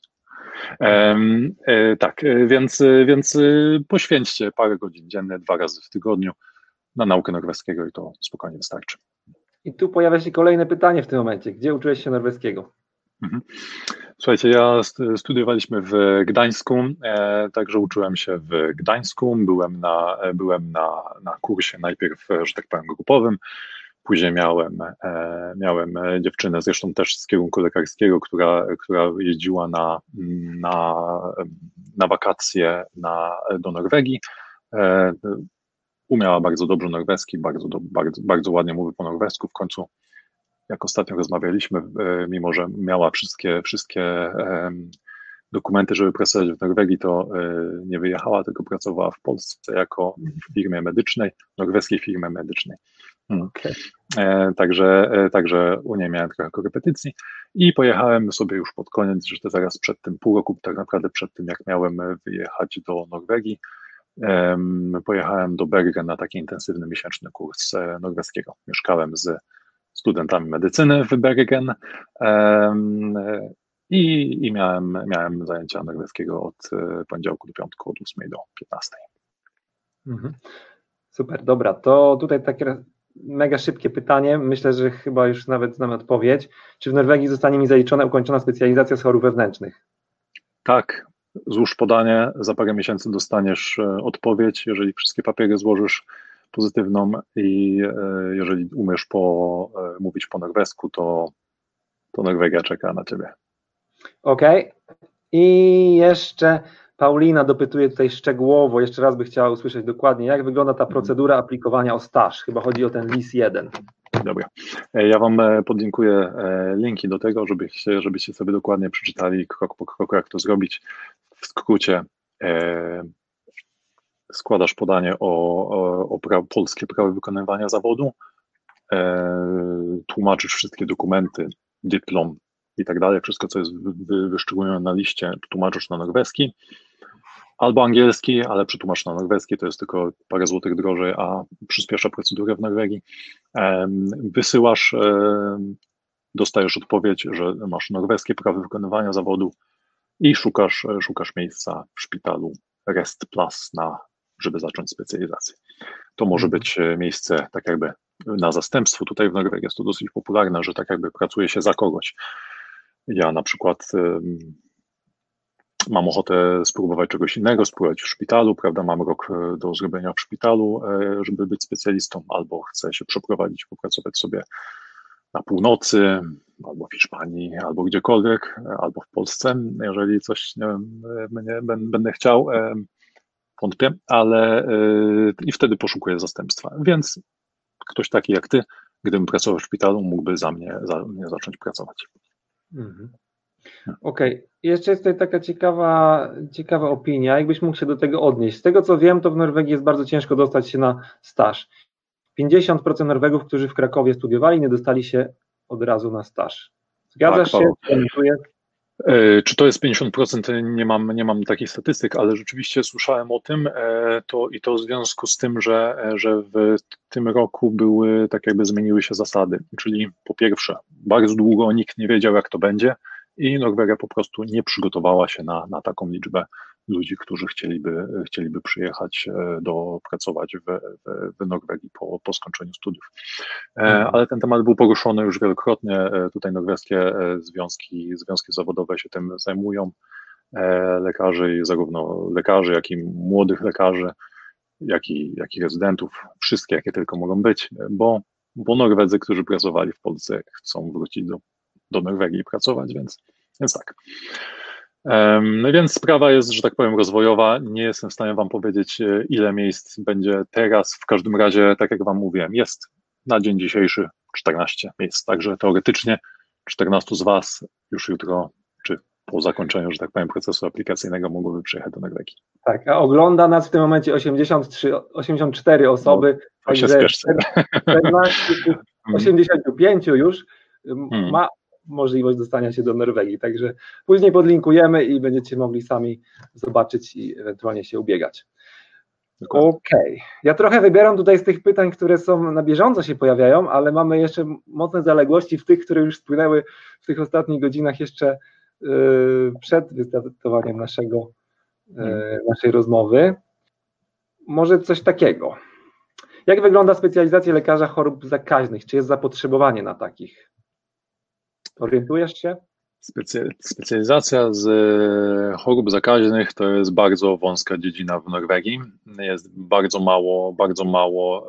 Tak, więc poświęćcie parę godzin dziennie, 2 razy w tygodniu na naukę norweskiego i to spokojnie wystarczy. I tu pojawia się kolejne pytanie w tym momencie. Gdzie uczyłeś się norweskiego? Słuchajcie, studiowaliśmy w Gdańsku, także uczyłem się w Gdańsku, byłem na kursie najpierw, że tak powiem, grupowym, później miałem dziewczynę, zresztą też z kierunku lekarskiego, która jeździła na wakacje do Norwegii. Umiała bardzo dobrze norweski, bardzo ładnie mówi po norwesku. W końcu, jak ostatnio rozmawialiśmy, mimo że miała wszystkie dokumenty, żeby pracować w Norwegii, to nie wyjechała, tylko pracowała w Polsce jako w firmie medycznej, norweskiej firmie medycznej. Okay. Także u niej miałem trochę korepetycji i pojechałem sobie już pod koniec, że to zaraz przed tym, pół roku tak naprawdę przed tym, jak miałem wyjechać do Norwegii, pojechałem do Bergen na taki intensywny miesięczny kurs norweskiego. Mieszkałem z studentami medycyny w Bergen i miałem zajęcia norweskiego od poniedziałku do piątku, od 8 do 15. Super, dobra, to tutaj takie mega szybkie pytanie, myślę, że chyba już nawet znamy odpowiedź. Czy w Norwegii zostanie mi zaliczona, ukończona specjalizacja z chorób wewnętrznych? Tak, złóż podanie, za parę miesięcy dostaniesz odpowiedź, jeżeli wszystkie papiery złożysz. pozytywną i jeżeli umiesz mówić po norwesku, to Norwegia czeka na ciebie. Okej. I jeszcze Paulina dopytuje tutaj szczegółowo, jeszcze raz by chciała usłyszeć dokładnie, jak wygląda ta procedura aplikowania o staż. Chyba chodzi o ten LIS 1. Dobra. Ja Wam podlinkuję linki do tego, żebyście sobie dokładnie przeczytali krok po kroku, jak to zrobić. W skrócie składasz podanie o polskie prawo wykonywania zawodu, tłumaczysz wszystkie dokumenty, dyplom i tak dalej, wszystko, co jest wyszczególnione na liście, tłumaczysz na norweski albo angielski, ale przetłumacz na norweski, to jest tylko parę złotych drożej, a przyspiesza procedurę w Norwegii. Wysyłasz, dostajesz odpowiedź, że masz norweskie prawo wykonywania zawodu i szukasz miejsca w szpitalu Rest Plus, żeby zacząć specjalizację. To może być miejsce tak jakby na zastępstwo. Tutaj w Norwegii jest to dosyć popularne, że tak jakby pracuje się za kogoś. Ja na przykład mam ochotę spróbować czegoś innego, spróbować w szpitalu, prawda, mam rok do zrobienia w szpitalu, żeby być specjalistą, albo chcę się przeprowadzić, popracować sobie na północy, albo w Hiszpanii, albo gdziekolwiek, albo w Polsce, jeżeli coś będę chciał, wątpię, ale i wtedy poszukuję zastępstwa, więc ktoś taki jak ty, gdybym pracował w szpitalu, mógłby za mnie zacząć pracować. Okej. Jeszcze jest tutaj taka ciekawa opinia, jakbyś mógł się do tego odnieść. Z tego co wiem, to w Norwegii jest bardzo ciężko dostać się na staż. 50% Norwegów, którzy w Krakowie studiowali, nie dostali się od razu na staż. Zgadzasz się? Czy to jest 50%? Nie mam takich statystyk, ale rzeczywiście słyszałem o tym, to w związku z tym, że w tym roku tak jakby zmieniły się zasady, czyli po pierwsze, bardzo długo nikt nie wiedział, jak to będzie i Norwegia po prostu nie przygotowała się na taką liczbę ludzi, którzy chcieliby przyjechać pracować w Norwegii po skończeniu studiów. Ale ten temat był poruszony już wielokrotnie. Tutaj norweskie związki zawodowe się tym zajmują. Lekarzy, i zarówno lekarzy, jak i młodych lekarzy, jak i rezydentów, wszystkie, jakie tylko mogą być, bo Norwedzy, którzy pracowali w Polsce, chcą wrócić do Norwegii i pracować, więc tak. Więc sprawa jest, że tak powiem, rozwojowa. Nie jestem w stanie Wam powiedzieć, ile miejsc będzie teraz. W każdym razie, tak jak Wam mówiłem, jest na dzień dzisiejszy 14 miejsc. Także teoretycznie 14 z Was już jutro, czy po zakończeniu, że tak powiem, procesu aplikacyjnego mogłoby przyjechać do Norwegii. Tak, a ogląda nas w tym momencie 84 osoby. No, się spieszcie. 85 już ma możliwość dostania się do Norwegii, także później podlinkujemy i będziecie mogli sami zobaczyć i ewentualnie się ubiegać. Okej. Ja trochę wybieram tutaj z tych pytań, które są na bieżąco się pojawiają, ale mamy jeszcze mocne zaległości w tych, które już spłynęły w tych ostatnich godzinach jeszcze przed wystartowaniem naszej rozmowy. Może coś takiego. Jak wygląda specjalizacja lekarza chorób zakaźnych? Czy jest zapotrzebowanie na takich? Orientujesz się? Specjalizacja z chorób zakaźnych to jest bardzo wąska dziedzina w Norwegii. Jest bardzo mało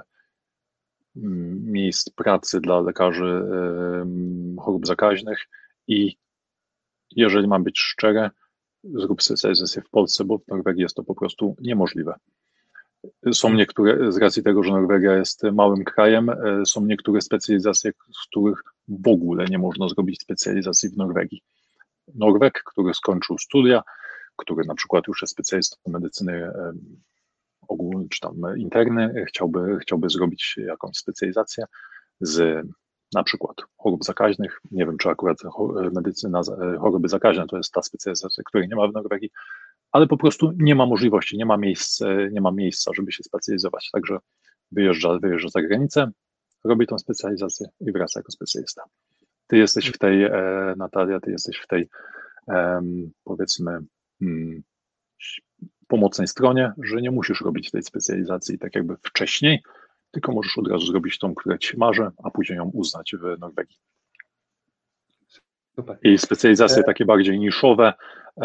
miejsc pracy dla lekarzy chorób zakaźnych i jeżeli mam być szczery, zrób specjalizację w Polsce, bo w Norwegii jest to po prostu niemożliwe. Są niektóre, z racji tego, że Norwegia jest małym krajem, są niektóre specjalizacje, z których w ogóle nie można zrobić specjalizacji w Norwegii. Norweg, który skończył studia, który na przykład już jest specjalistą medycyny ogólnej czy tam interny, chciałby zrobić jakąś specjalizację z na przykład chorób zakaźnych. Nie wiem, czy akurat medycyna choroby zakaźne to jest ta specjalizacja, której nie ma w Norwegii, ale po prostu nie ma możliwości, nie ma miejsca, żeby się specjalizować. Także wyjeżdża za granicę, robi tą specjalizację i wraca jako specjalista. Ty jesteś w tej, Natalia, ty jesteś w tej, powiedzmy, pomocnej stronie, że nie musisz robić tej specjalizacji tak jakby wcześniej, tylko możesz od razu zrobić tą, która ci marzy, a później ją uznać w Norwegii. Super. I specjalizacje takie bardziej niszowe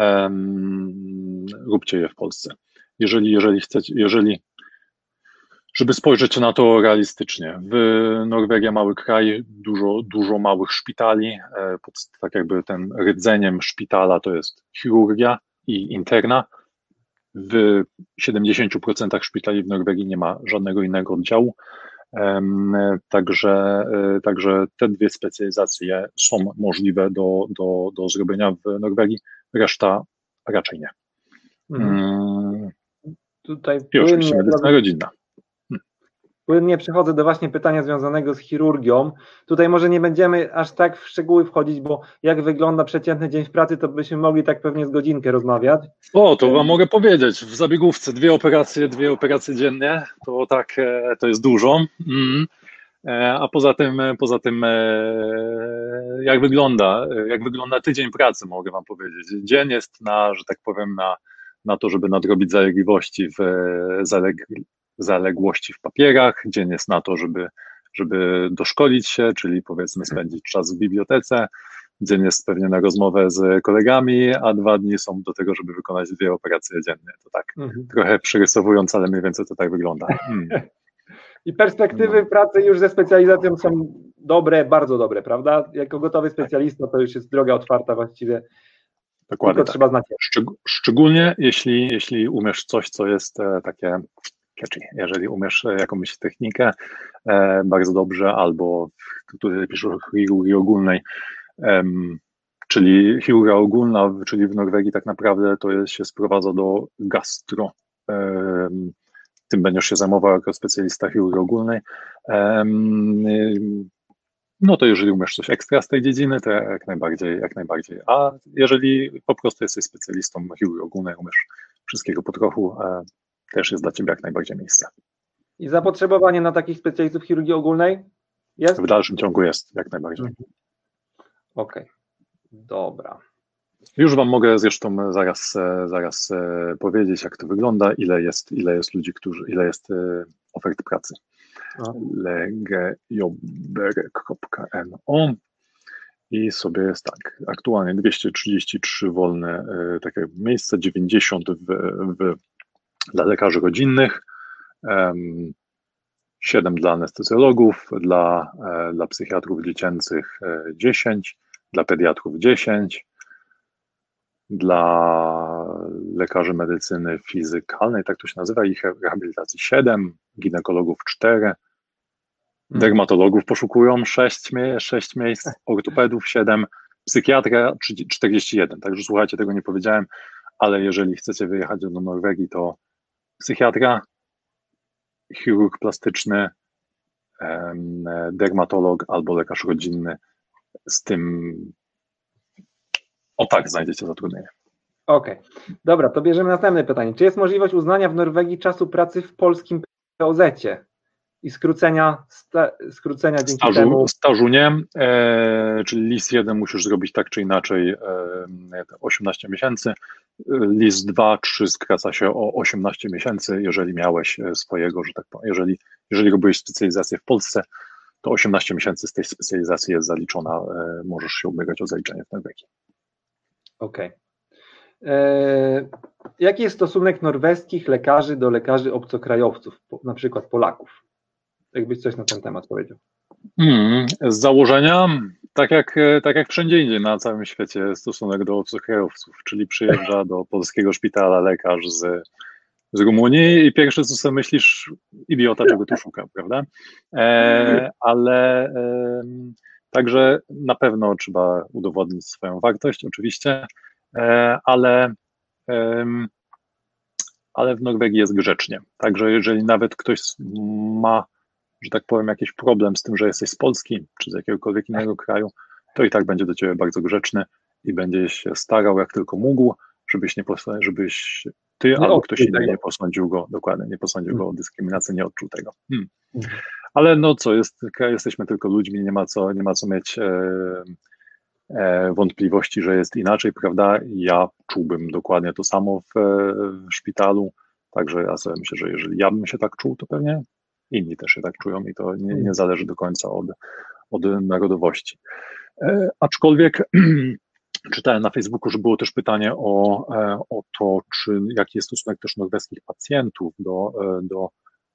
róbcie je w Polsce. Jeżeli żeby spojrzeć na to realistycznie. Norwegia mały kraj, dużo małych szpitali, tak jakby tym rdzeniem szpitala to jest chirurgia i interna. W 70% szpitali w Norwegii nie ma żadnego innego oddziału, także te dwie specjalizacje są możliwe do zrobienia w Norwegii, reszta raczej nie. Tutaj I oczywiście medycyna rodzinna. Płynnie przechodzę do właśnie pytania związanego z chirurgią. Tutaj może nie będziemy aż tak w szczegóły wchodzić, bo jak wygląda przeciętny dzień w pracy, to byśmy mogli tak pewnie z godzinkę rozmawiać. O, to wam mogę powiedzieć, w zabiegówce dwie operacje dziennie, to tak, to jest dużo. A poza tym jak wygląda tydzień pracy, mogę wam powiedzieć. Dzień jest że tak powiem, na to, żeby nadrobić zaległości w papierach, dzień jest na to, żeby doszkolić się, czyli powiedzmy spędzić czas w bibliotece, dzień jest pewnie na rozmowę z kolegami, a 2 dni są do tego, żeby wykonać 2 operacje dziennie. To tak trochę przerysowując, ale mniej więcej to tak wygląda. I perspektywy pracy już ze specjalizacją są dobre, bardzo dobre, prawda? Jako gotowy specjalista to już jest droga otwarta właściwie. Dokładnie tylko trzeba znać. Szczególnie jeśli umiesz coś, co jest takie catchy, jeżeli umiesz jakąś technikę bardzo dobrze, albo tutaj piszę o chirurgii ogólnej, czyli chirurgia ogólna, czyli w Norwegii tak naprawdę to się sprowadza do gastro. Tym będziesz się zajmował jako specjalista chirurgii ogólnej. No to jeżeli umiesz coś ekstra z tej dziedziny, to jak najbardziej. A jeżeli po prostu jesteś specjalistą chirurgii ogólnej, umiesz wszystkiego po trochu, też jest dla ciebie jak najbardziej miejsce. I zapotrzebowanie na takich specjalistów chirurgii ogólnej jest? W dalszym ciągu jest, jak najbardziej. Okej, dobra. Już wam mogę zresztą zaraz powiedzieć, jak to wygląda, ile jest ludzi, ile jest ofert pracy. legejobber.no i sobie jest tak, aktualnie 233 wolne takie miejsca, 90 dla lekarzy rodzinnych, 7 dla anestezjologów, dla psychiatrów dziecięcych 10, dla pediatrów 10, dla lekarzy medycyny fizykalnej, tak to się nazywa, i rehabilitacji 7, ginekologów 4, dermatologów poszukują 6 miejsc, ortopedów 7, psychiatra 41, także słuchajcie, tego nie powiedziałem, ale jeżeli chcecie wyjechać do Norwegii, to psychiatra, chirurg plastyczny, dermatolog albo lekarz rodzinny, z tym tak znajdziecie zatrudnienie. Okej, dobra, to bierzemy następne pytanie. Czy jest możliwość uznania w Norwegii czasu pracy w polskim POZ-cie i skrócenia dzięki temu? Stażu nie, czyli list 1 musisz zrobić tak czy inaczej 18 miesięcy, list 2, 3 skraca się o 18 miesięcy, jeżeli miałeś swojego, że tak powiem, jeżeli robiłeś specjalizację w Polsce, to 18 miesięcy z tej specjalizacji jest zaliczona, możesz się ubiegać o zaliczenie w Norwegii. Okej. Jaki jest stosunek norweskich lekarzy do lekarzy obcokrajowców, na przykład Polaków? Jakbyś coś na ten temat powiedział. Z założenia, tak jak wszędzie indziej na całym świecie, stosunek do obcokrajowców, czyli przyjeżdża do polskiego szpitala lekarz z Rumunii i pierwsze co sobie myślisz, idiota, czego tu szuka, prawda? Ale także na pewno trzeba udowodnić swoją wartość, oczywiście, ale w Norwegii jest grzecznie. Także jeżeli nawet ktoś ma, że tak powiem, jakiś problem z tym, że jesteś z Polski czy z jakiegokolwiek innego kraju, to i tak będzie do ciebie bardzo grzeczny i będzie się starał jak tylko mógł, żebyś ty albo ktoś inny nie posądził go, dokładnie, nie posądził go o dyskryminację, nie odczuł tego. Ale no co, jesteśmy tylko ludźmi, nie ma co mieć wątpliwości, że jest inaczej, prawda? Ja czułbym dokładnie to samo w szpitalu, także ja sobie myślę, że jeżeli ja bym się tak czuł, to pewnie inni też się tak czują i to nie zależy do końca od narodowości. Aczkolwiek czytałem na Facebooku, że było też pytanie o to, jaki jest stosunek też norweskich pacjentów do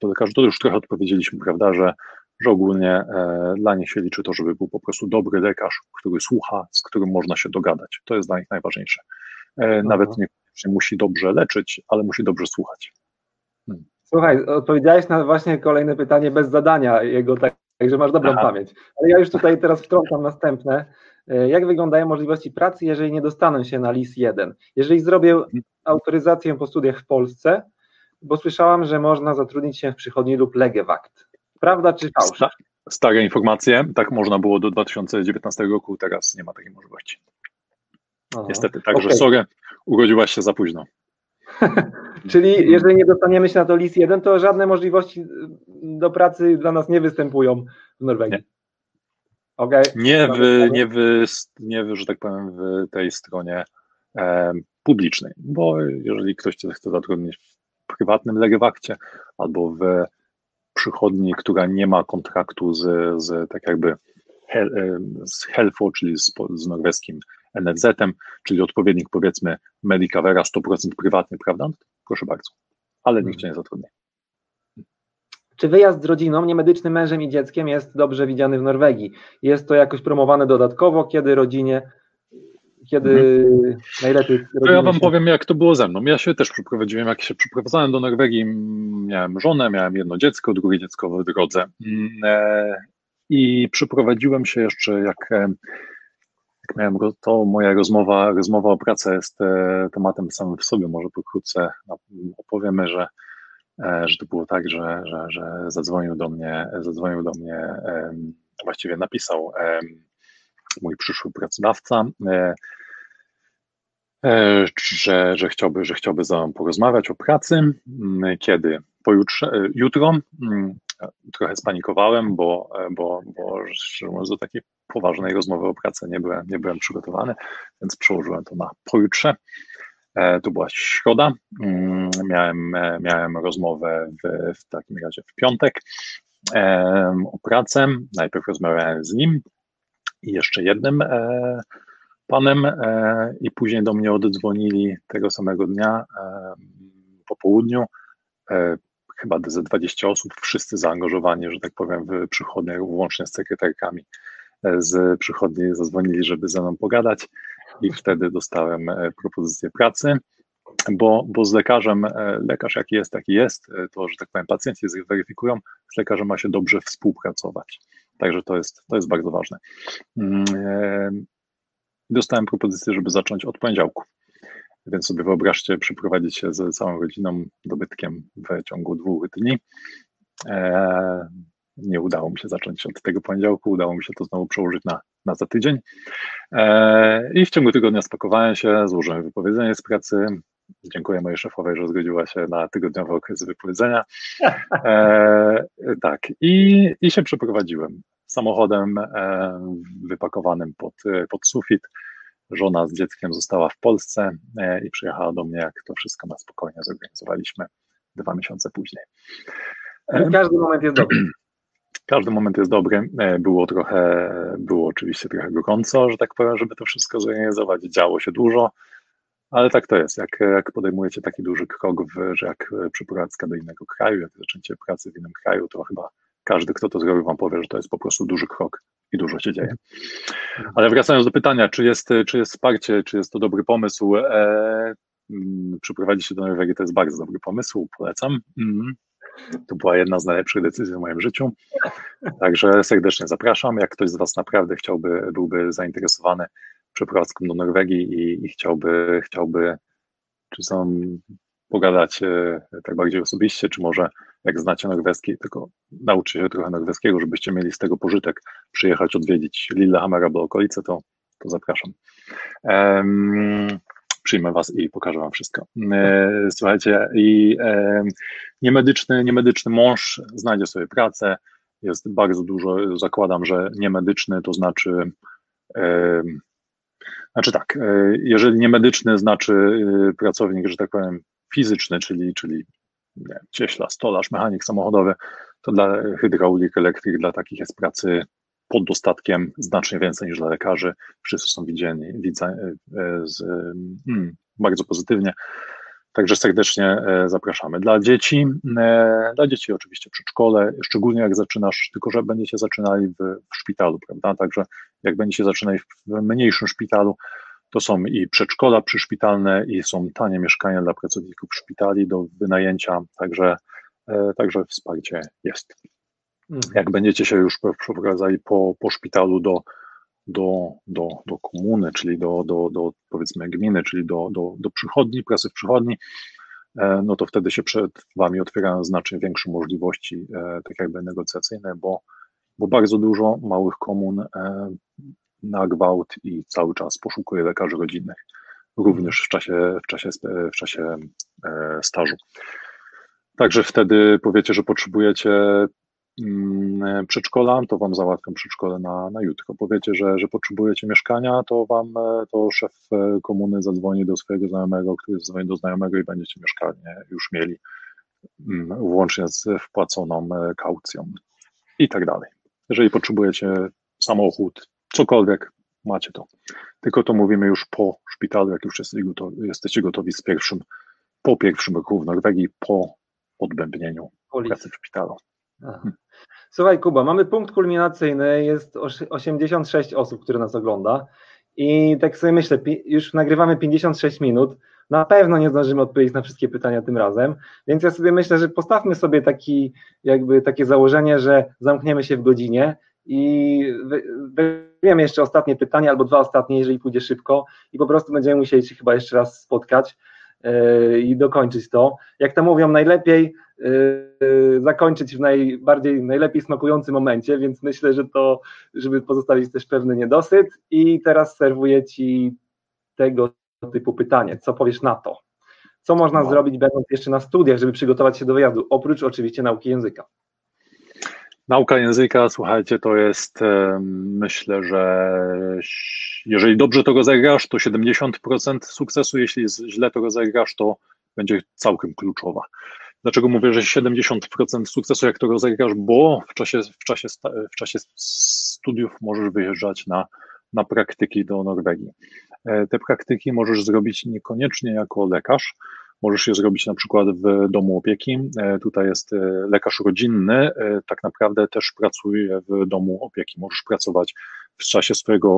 to lekarzy, to już trochę odpowiedzieliśmy, prawda, że ogólnie dla nich się liczy to, żeby był po prostu dobry lekarz, który słucha, z którym można się dogadać. To jest dla nich najważniejsze. Nawet niekoniecznie musi dobrze leczyć, ale musi dobrze słuchać. Słuchaj, odpowiedziałeś na właśnie kolejne pytanie bez zadania jego, także masz dobrą pamięć. Ale ja już tutaj teraz wtrącam następne. Jak wyglądają możliwości pracy, jeżeli nie dostanę się na LIS-1? Jeżeli zrobię autoryzację po studiach w Polsce, bo słyszałam, że można zatrudnić się w przychodni lub Legewakt. Prawda czy fałsz? Stare informacje, tak można było do 2019 roku, teraz nie ma takiej możliwości. Niestety, także sorry, urodziłaś się za późno. Czyli jeżeli nie dostaniemy się na to LIS-1, to żadne możliwości do pracy dla nas nie występują w Norwegii. Nie. Okay. Nie w, że tak powiem, w tej stronie publicznej, bo jeżeli ktoś cię chce zatrudnić w prywatnym legewakcie albo w przychodni, która nie ma kontraktu z tak jakby z Helfo, czyli z norweskim NFZ-em, czyli odpowiednik, powiedzmy, Medicavera 100% prywatny, prawda? Proszę bardzo, ale nikt cię nie zatrudnia. Czy wyjazd z rodziną, niemedycznym mężem i dzieckiem jest dobrze widziany w Norwegii? Jest to jakoś promowane dodatkowo, kiedy najlepiej... To ja wam powiem, jak to było ze mną. Ja się też przeprowadziłem, jak się przeprowadzałem do Norwegii, miałem żonę, miałem jedno dziecko, drugie dziecko w drodze i przeprowadziłem się jeszcze, jak miałem to, moja rozmowa o pracy jest tematem samym w sobie, może pokrótce opowiemy, że to było tak, że zadzwonił do mnie, właściwie napisał mój przyszły pracodawca, że chciałby ze mną porozmawiać o pracy. Kiedy? Jutro. Trochę spanikowałem, bo szczerze mówiąc, do takiej poważnej rozmowy o pracy nie byłem przygotowany, więc przełożyłem to na pojutrze. To była środa. Miałem rozmowę w takim razie w piątek o pracę. Najpierw rozmawiałem z nim i jeszcze jednym panem i później do mnie oddzwonili tego samego dnia po południu chyba ze 20 osób, wszyscy zaangażowani, że tak powiem, w przychodniach, łącznie z sekretarkami z przychodni zadzwonili, żeby ze mną pogadać i wtedy dostałem propozycję pracy, bo z lekarzem, lekarz jaki jest, taki jest, to, że tak powiem, pacjenci zweryfikują, z lekarzem ma się dobrze współpracować, także to jest bardzo ważne. Dostałem propozycję, żeby zacząć od poniedziałku. Więc sobie wyobraźcie, przeprowadzić się z całą rodziną, dobytkiem w ciągu 2 dni. Nie udało mi się zacząć od tego poniedziałku, udało mi się to znowu przełożyć na za tydzień. I w ciągu tygodnia spakowałem się, złożyłem wypowiedzenie z pracy. Dziękuję mojej szefowej, że zgodziła się na tygodniowy okres wypowiedzenia. Tak, i się przeprowadziłem samochodem wypakowanym pod sufit. Żona z dzieckiem została w Polsce i przyjechała do mnie, jak to wszystko na spokojnie zorganizowaliśmy 2 miesiące później. Każdy moment jest dobry. Każdy moment jest dobry. Było oczywiście trochę gorąco, że tak powiem, żeby to wszystko zorganizować. Działo się dużo, ale tak to jest. Jak podejmujecie taki duży krok, że jak przeprowadzka do innego kraju, jak zaczęcie pracy w innym kraju, to chyba każdy, kto to zrobił, wam powie, że to jest po prostu duży krok i dużo się dzieje. Ale wracając do pytania, czy jest wsparcie, czy jest to dobry pomysł, przyprowadzić się do Norwegii to jest bardzo dobry pomysł, polecam. To była jedna z najlepszych decyzji w moim życiu, także serdecznie zapraszam. Jak ktoś z was naprawdę byłby zainteresowany przeprowadzką do Norwegii i chciałby czy pogadać tak bardziej osobiście, czy może jak znacie norweski, tylko nauczyć się trochę norweskiego, żebyście mieli z tego pożytek, przyjechać odwiedzić Lillehammer albo okolice, to zapraszam. Przyjmę was i pokażę wam wszystko. Słuchajcie, i niemedyczny mąż znajdzie sobie pracę, jest bardzo dużo, zakładam, że niemedyczny to znaczy tak, jeżeli niemedyczny znaczy pracownik, że tak powiem, fizyczny, czyli nie wiem, cieślarz, stolarz, mechanik samochodowy, to dla hydraulik, elektryk, dla takich jest pracy pod dostatkiem znacznie więcej niż dla lekarzy. Wszyscy są widzę bardzo pozytywnie. Także serdecznie zapraszamy. Dla dzieci oczywiście przedszkole, szczególnie jak zaczynasz, tylko że będziecie zaczynali w szpitalu, prawda? Także jak będziecie zaczynali w mniejszym szpitalu, to są i przedszkola przyszpitalne i są tanie mieszkania dla pracowników szpitali do wynajęcia, także wsparcie jest. Jak będziecie się już przeprowadzali po szpitalu do komuny, czyli do powiedzmy gminy, czyli do przychodni, pracy w przychodni, no to wtedy się przed Wami otwierają znacznie większe możliwości, tak jakby negocjacyjne, bo bardzo dużo małych komun na gwałt i cały czas poszukuje lekarzy rodzinnych, również w czasie stażu. Także wtedy powiecie, że potrzebujecie przedszkola, to Wam załatwiam przedszkole na jutro. Powiecie, że potrzebujecie mieszkania, to szef komuny zadzwoni do swojego znajomego, który zadzwoni do znajomego i będziecie mieszkanie już mieli, włącznie z wpłaconą kaucją i tak dalej. Jeżeli potrzebujecie samochód, cokolwiek, macie to. Tylko to mówimy już po szpitalu, jak już jesteście gotowi po pierwszym roku w Norwegii, po odbębnieniu pracy w szpitalu. Słuchaj, Kuba, mamy punkt kulminacyjny, jest 86 osób, które nas ogląda i tak sobie myślę, już nagrywamy 56 minut, na pewno nie zdążymy odpowiedzieć na wszystkie pytania tym razem, więc ja sobie myślę, że postawmy sobie takie założenie, że zamkniemy się w godzinie i weźmiemy jeszcze ostatnie pytanie albo dwa ostatnie, jeżeli pójdzie szybko i po prostu będziemy musieli się chyba jeszcze raz spotkać i dokończyć to. Jak to mówią, najlepiej zakończyć w najlepiej smakującym momencie, więc myślę, że to, żeby pozostawić też pewny niedosyt i teraz serwuję Ci tego typu pytanie. Co powiesz na to? Co można zrobić, będąc jeszcze na studiach, żeby przygotować się do wyjazdu, oprócz oczywiście nauki języka? Nauka języka, słuchajcie, to jest, myślę, że jeżeli dobrze to rozegrasz, to 70% sukcesu, jeśli źle to rozegrasz, to będzie całkiem kluczowa. Dlaczego mówię, że 70% sukcesu, jak to rozegrasz? Bo w czasie studiów możesz wyjeżdżać na praktyki do Norwegii. Te praktyki możesz zrobić niekoniecznie jako lekarz, możesz je zrobić na przykład w domu opieki. Tutaj jest lekarz rodzinny, tak naprawdę też pracuje w domu opieki. Możesz pracować w czasie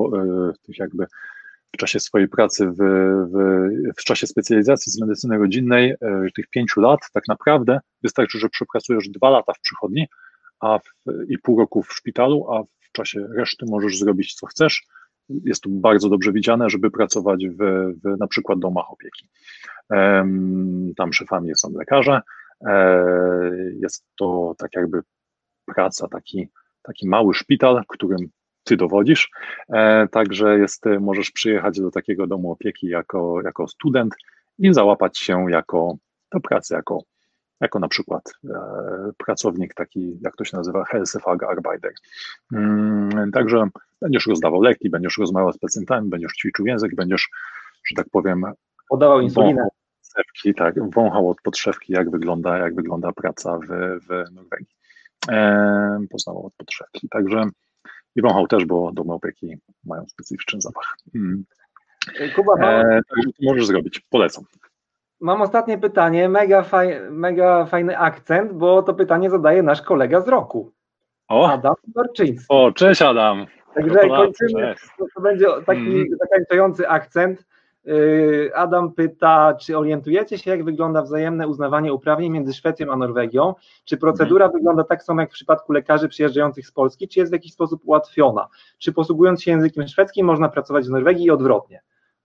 w czasie swojej pracy, w czasie specjalizacji z medycyny rodzinnej, tych 5 lat, tak naprawdę wystarczy, że przepracujesz 2 lata w przychodni i pół roku w szpitalu, a w czasie reszty możesz zrobić co chcesz. Jest to bardzo dobrze widziane, żeby pracować w na przykład domach opieki. Tam szefami są lekarze. Jest to tak jakby praca, taki mały szpital, którym Ty dowodzisz. Także możesz przyjechać do takiego domu opieki jako student i załapać się do pracy jako na przykład pracownik taki, jak to się nazywa, Helsefagarbeiter. Także będziesz rozdawał leki, będziesz rozmawiał z pacjentami, będziesz ćwiczył język, będziesz, że tak powiem, podawał insulinę. Wąchał od podszewki, jak wygląda praca w Norwegii. Poznawał od podszewki. Także i wąchał też, bo domy opieki mają specyficzny zapach. Kuba, także to możesz zrobić, polecam. Mam ostatnie pytanie, mega fajny akcent, bo to pytanie zadaje nasz kolega z roku. Adam Barczyński. O, cześć Adam. Także kończymy, to będzie taki zakończający akcent. Adam pyta, czy orientujecie się, jak wygląda wzajemne uznawanie uprawnień między Szwecją a Norwegią? Czy procedura wygląda tak samo jak w przypadku lekarzy przyjeżdżających z Polski, czy jest w jakiś sposób ułatwiona? Czy posługując się językiem szwedzkim można pracować w Norwegii i odwrotnie?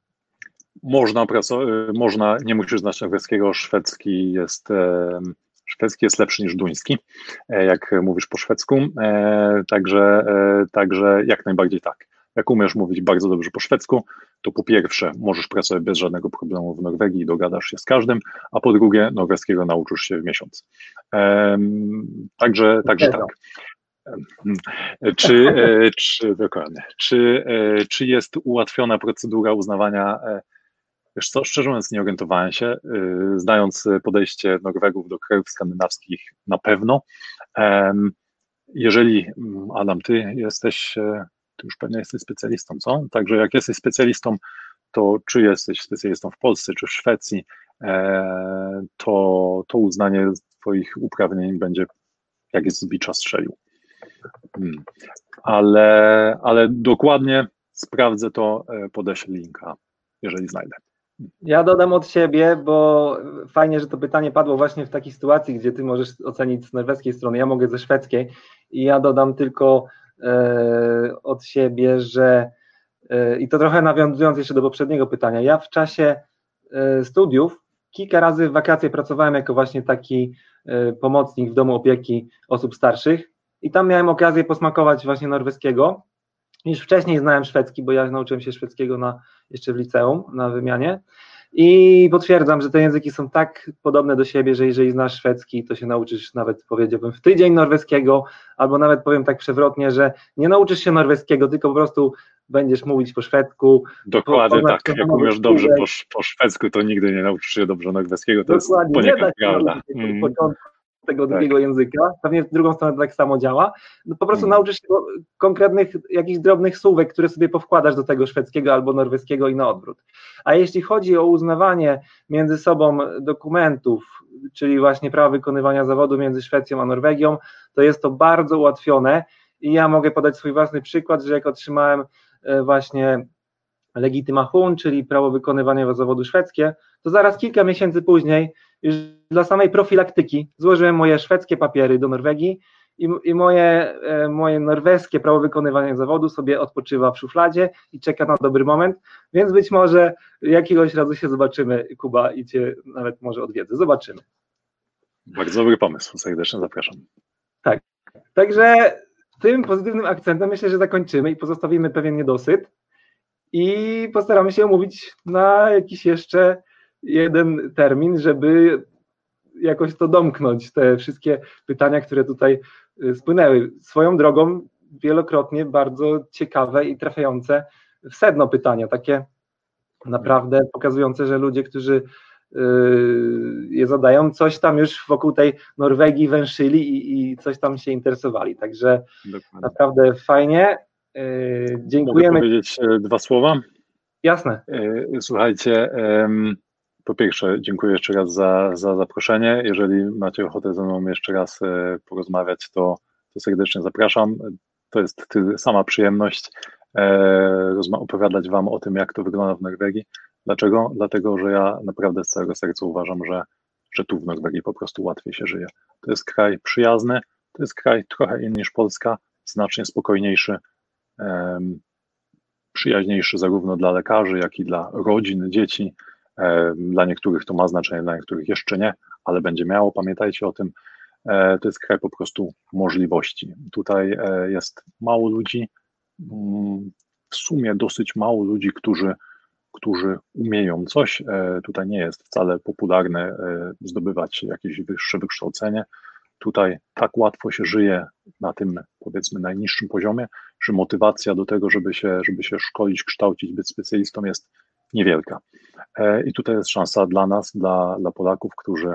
Można, nie musisz znać norweskiego, szwedzki jest lepszy niż duński, jak mówisz po szwedzku, także jak najbardziej tak. Jak umiesz mówić bardzo dobrze po szwedzku, to po pierwsze możesz pracować bez żadnego problemu w Norwegii i dogadasz się z każdym, a po drugie norweskiego nauczysz się w miesiąc. Także tak. Dokładnie. Czy jest ułatwiona procedura uznawania? Wiesz co, szczerze mówiąc nie orientowałem się, znając podejście Norwegów do krajów skandynawskich na pewno. Jeżeli, Adam, ty już pewnie jesteś specjalistą, co? Także jak jesteś specjalistą, to czy jesteś specjalistą w Polsce, czy w Szwecji, to uznanie twoich uprawnień będzie jak jest z bicza strzelił. Ale dokładnie sprawdzę to, podeślę linka, jeżeli znajdę. Ja dodam od siebie, bo fajnie, że to pytanie padło właśnie w takiej sytuacji, gdzie ty możesz ocenić z norweskiej strony, ja mogę ze szwedzkiej i ja dodam tylko od siebie, że i to trochę nawiązując jeszcze do poprzedniego pytania, ja w czasie studiów kilka razy w wakacje pracowałem jako właśnie taki pomocnik w domu opieki osób starszych i tam miałem okazję posmakować właśnie norweskiego. Już wcześniej znałem szwedzki, bo ja nauczyłem się szwedzkiego jeszcze w liceum na wymianie i potwierdzam, że te języki są tak podobne do siebie, że jeżeli znasz szwedzki, to się nauczysz nawet, powiedziałbym, w tydzień norweskiego, albo nawet powiem tak przewrotnie, że nie nauczysz się norweskiego, tylko po prostu będziesz mówić po szwedzku. Dokładnie tak, jak umiesz dobrze po szwedzku, to nigdy nie nauczysz się dobrze norweskiego, to dokładnie, jest poniekąd prawda. Tego drugiego języka, pewnie w drugą stronę tak samo działa, no po prostu nauczysz się konkretnych, jakichś drobnych słówek, które sobie powkładasz do tego szwedzkiego albo norweskiego i na odwrót. A jeśli chodzi o uznawanie między sobą dokumentów, czyli właśnie prawa wykonywania zawodu między Szwecją a Norwegią, to jest to bardzo ułatwione i ja mogę podać swój własny przykład, że jak otrzymałem właśnie legitymation, czyli prawo wykonywania zawodu szwedzkie, to zaraz kilka miesięcy później już dla samej profilaktyki złożyłem moje szwedzkie papiery do Norwegii i moje norweskie prawo wykonywania zawodu sobie odpoczywa w szufladzie i czeka na dobry moment, więc być może jakiegoś razu się zobaczymy, Kuba, i cię nawet może odwiedzę. Zobaczymy. Bardzo dobry pomysł, serdecznie zapraszam. Tak, także tym pozytywnym akcentem myślę, że zakończymy i pozostawimy pewien niedosyt i postaramy się omówić na jakiś jeszcze jeden termin, żeby jakoś to domknąć, te wszystkie pytania, które tutaj spłynęły. Swoją drogą wielokrotnie bardzo ciekawe i trafiające w sedno pytania, takie naprawdę pokazujące, że ludzie, którzy je zadają, coś tam już wokół tej Norwegii węszyli i coś tam się interesowali, także dokładnie. Naprawdę fajnie. Dziękujemy. Mogę powiedzieć dwa słowa? Jasne. Słuchajcie, po pierwsze dziękuję jeszcze raz za zaproszenie. Jeżeli macie ochotę ze mną jeszcze raz porozmawiać, to serdecznie zapraszam. To jest sama przyjemność opowiadać wam o tym, jak to wygląda w Norwegii. Dlaczego? Dlatego, że ja naprawdę z całego serca uważam, że tu w Norwegii po prostu łatwiej się żyje. To jest kraj przyjazny, to jest kraj trochę inny niż Polska, znacznie spokojniejszy, przyjaźniejszy zarówno dla lekarzy, jak i dla rodzin, dzieci. Dla niektórych to ma znaczenie, dla niektórych jeszcze nie, ale będzie miało, pamiętajcie o tym. To jest kraj po prostu możliwości. Tutaj jest mało ludzi, w sumie dosyć mało ludzi, którzy umieją coś. Tutaj nie jest wcale popularne zdobywać jakieś wyższe wykształcenie. Tutaj tak łatwo się żyje na tym, powiedzmy, najniższym poziomie, że motywacja do tego, żeby się szkolić, kształcić, być specjalistą jest niewielka. I tutaj jest szansa dla nas, dla Polaków,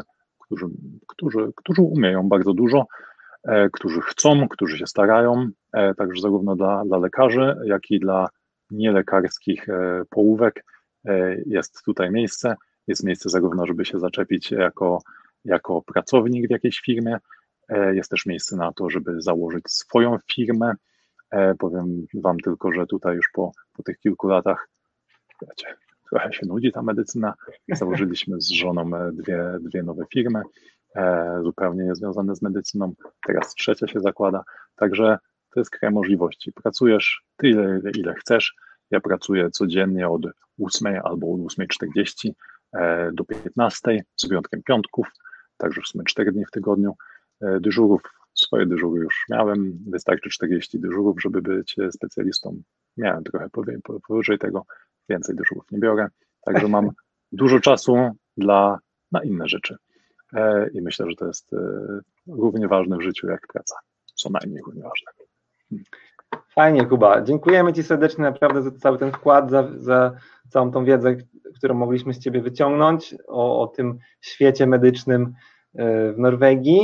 którzy umieją bardzo dużo, którzy chcą, którzy się starają, także zarówno dla lekarzy, jak i dla nielekarskich połówek jest tutaj miejsce. Jest miejsce zarówno, żeby się zaczepić jako pracownik w jakiejś firmie, jest też miejsce na to, żeby założyć swoją firmę. Powiem wam tylko, że tutaj już po tych kilku latach, wiecie, trochę się nudzi ta medycyna. Założyliśmy z żoną dwie nowe firmy, zupełnie niezwiązane z medycyną. Teraz trzecia się zakłada. Także to jest kraj możliwości. Pracujesz tyle, ile chcesz. Ja pracuję codziennie od 8 albo od 8:40 do 15, z wyjątkiem piątków, także w sumie 4 dni w tygodniu. Dyżurów, swoje dyżury już miałem, wystarczy 40 dyżurów, żeby być specjalistą. Miałem trochę powyżej tego, więcej dyżurów nie biorę, także mam dużo czasu na inne rzeczy i myślę, że to jest równie ważne w życiu jak praca, co najmniej równie ważne. Fajnie, Kuba. Dziękujemy ci serdecznie naprawdę za cały ten wkład, za całą tą wiedzę, którą mogliśmy z ciebie wyciągnąć o tym świecie medycznym w Norwegii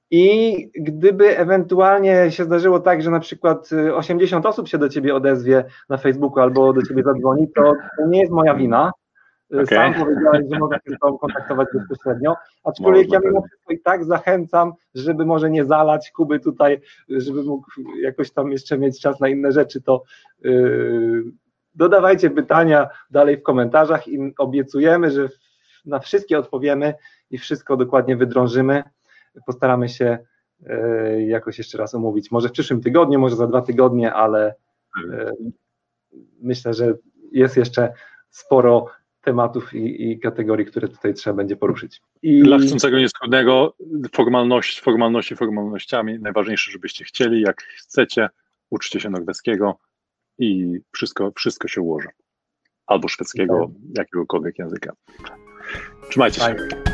I gdyby ewentualnie się zdarzyło tak, że na przykład 80 osób się do ciebie odezwie na Facebooku albo do ciebie zadzwoni, to nie jest moja wina. Sam powiedziałeś, że można się z tobą kontaktować bezpośrednio, aczkolwiek ja mimo wszystko i tak zachęcam, żeby może nie zalać Kuby tutaj, żeby mógł jakoś tam jeszcze mieć czas na inne rzeczy, to dodawajcie pytania dalej w komentarzach i obiecujemy, że na wszystkie odpowiemy i wszystko dokładnie wydrążymy. Postaramy się jakoś jeszcze raz omówić, może w przyszłym tygodniu, może za 2 tygodnie, ale myślę, że jest jeszcze sporo tematów i kategorii, które tutaj trzeba będzie poruszyć. Dla chcącego nieskłonnego formalnościami. Najważniejsze, żebyście chcieli, jak chcecie, uczcie się norweskiego i wszystko się ułoży. Albo szwedzkiego, jakiegokolwiek języka. Trzymajcie się.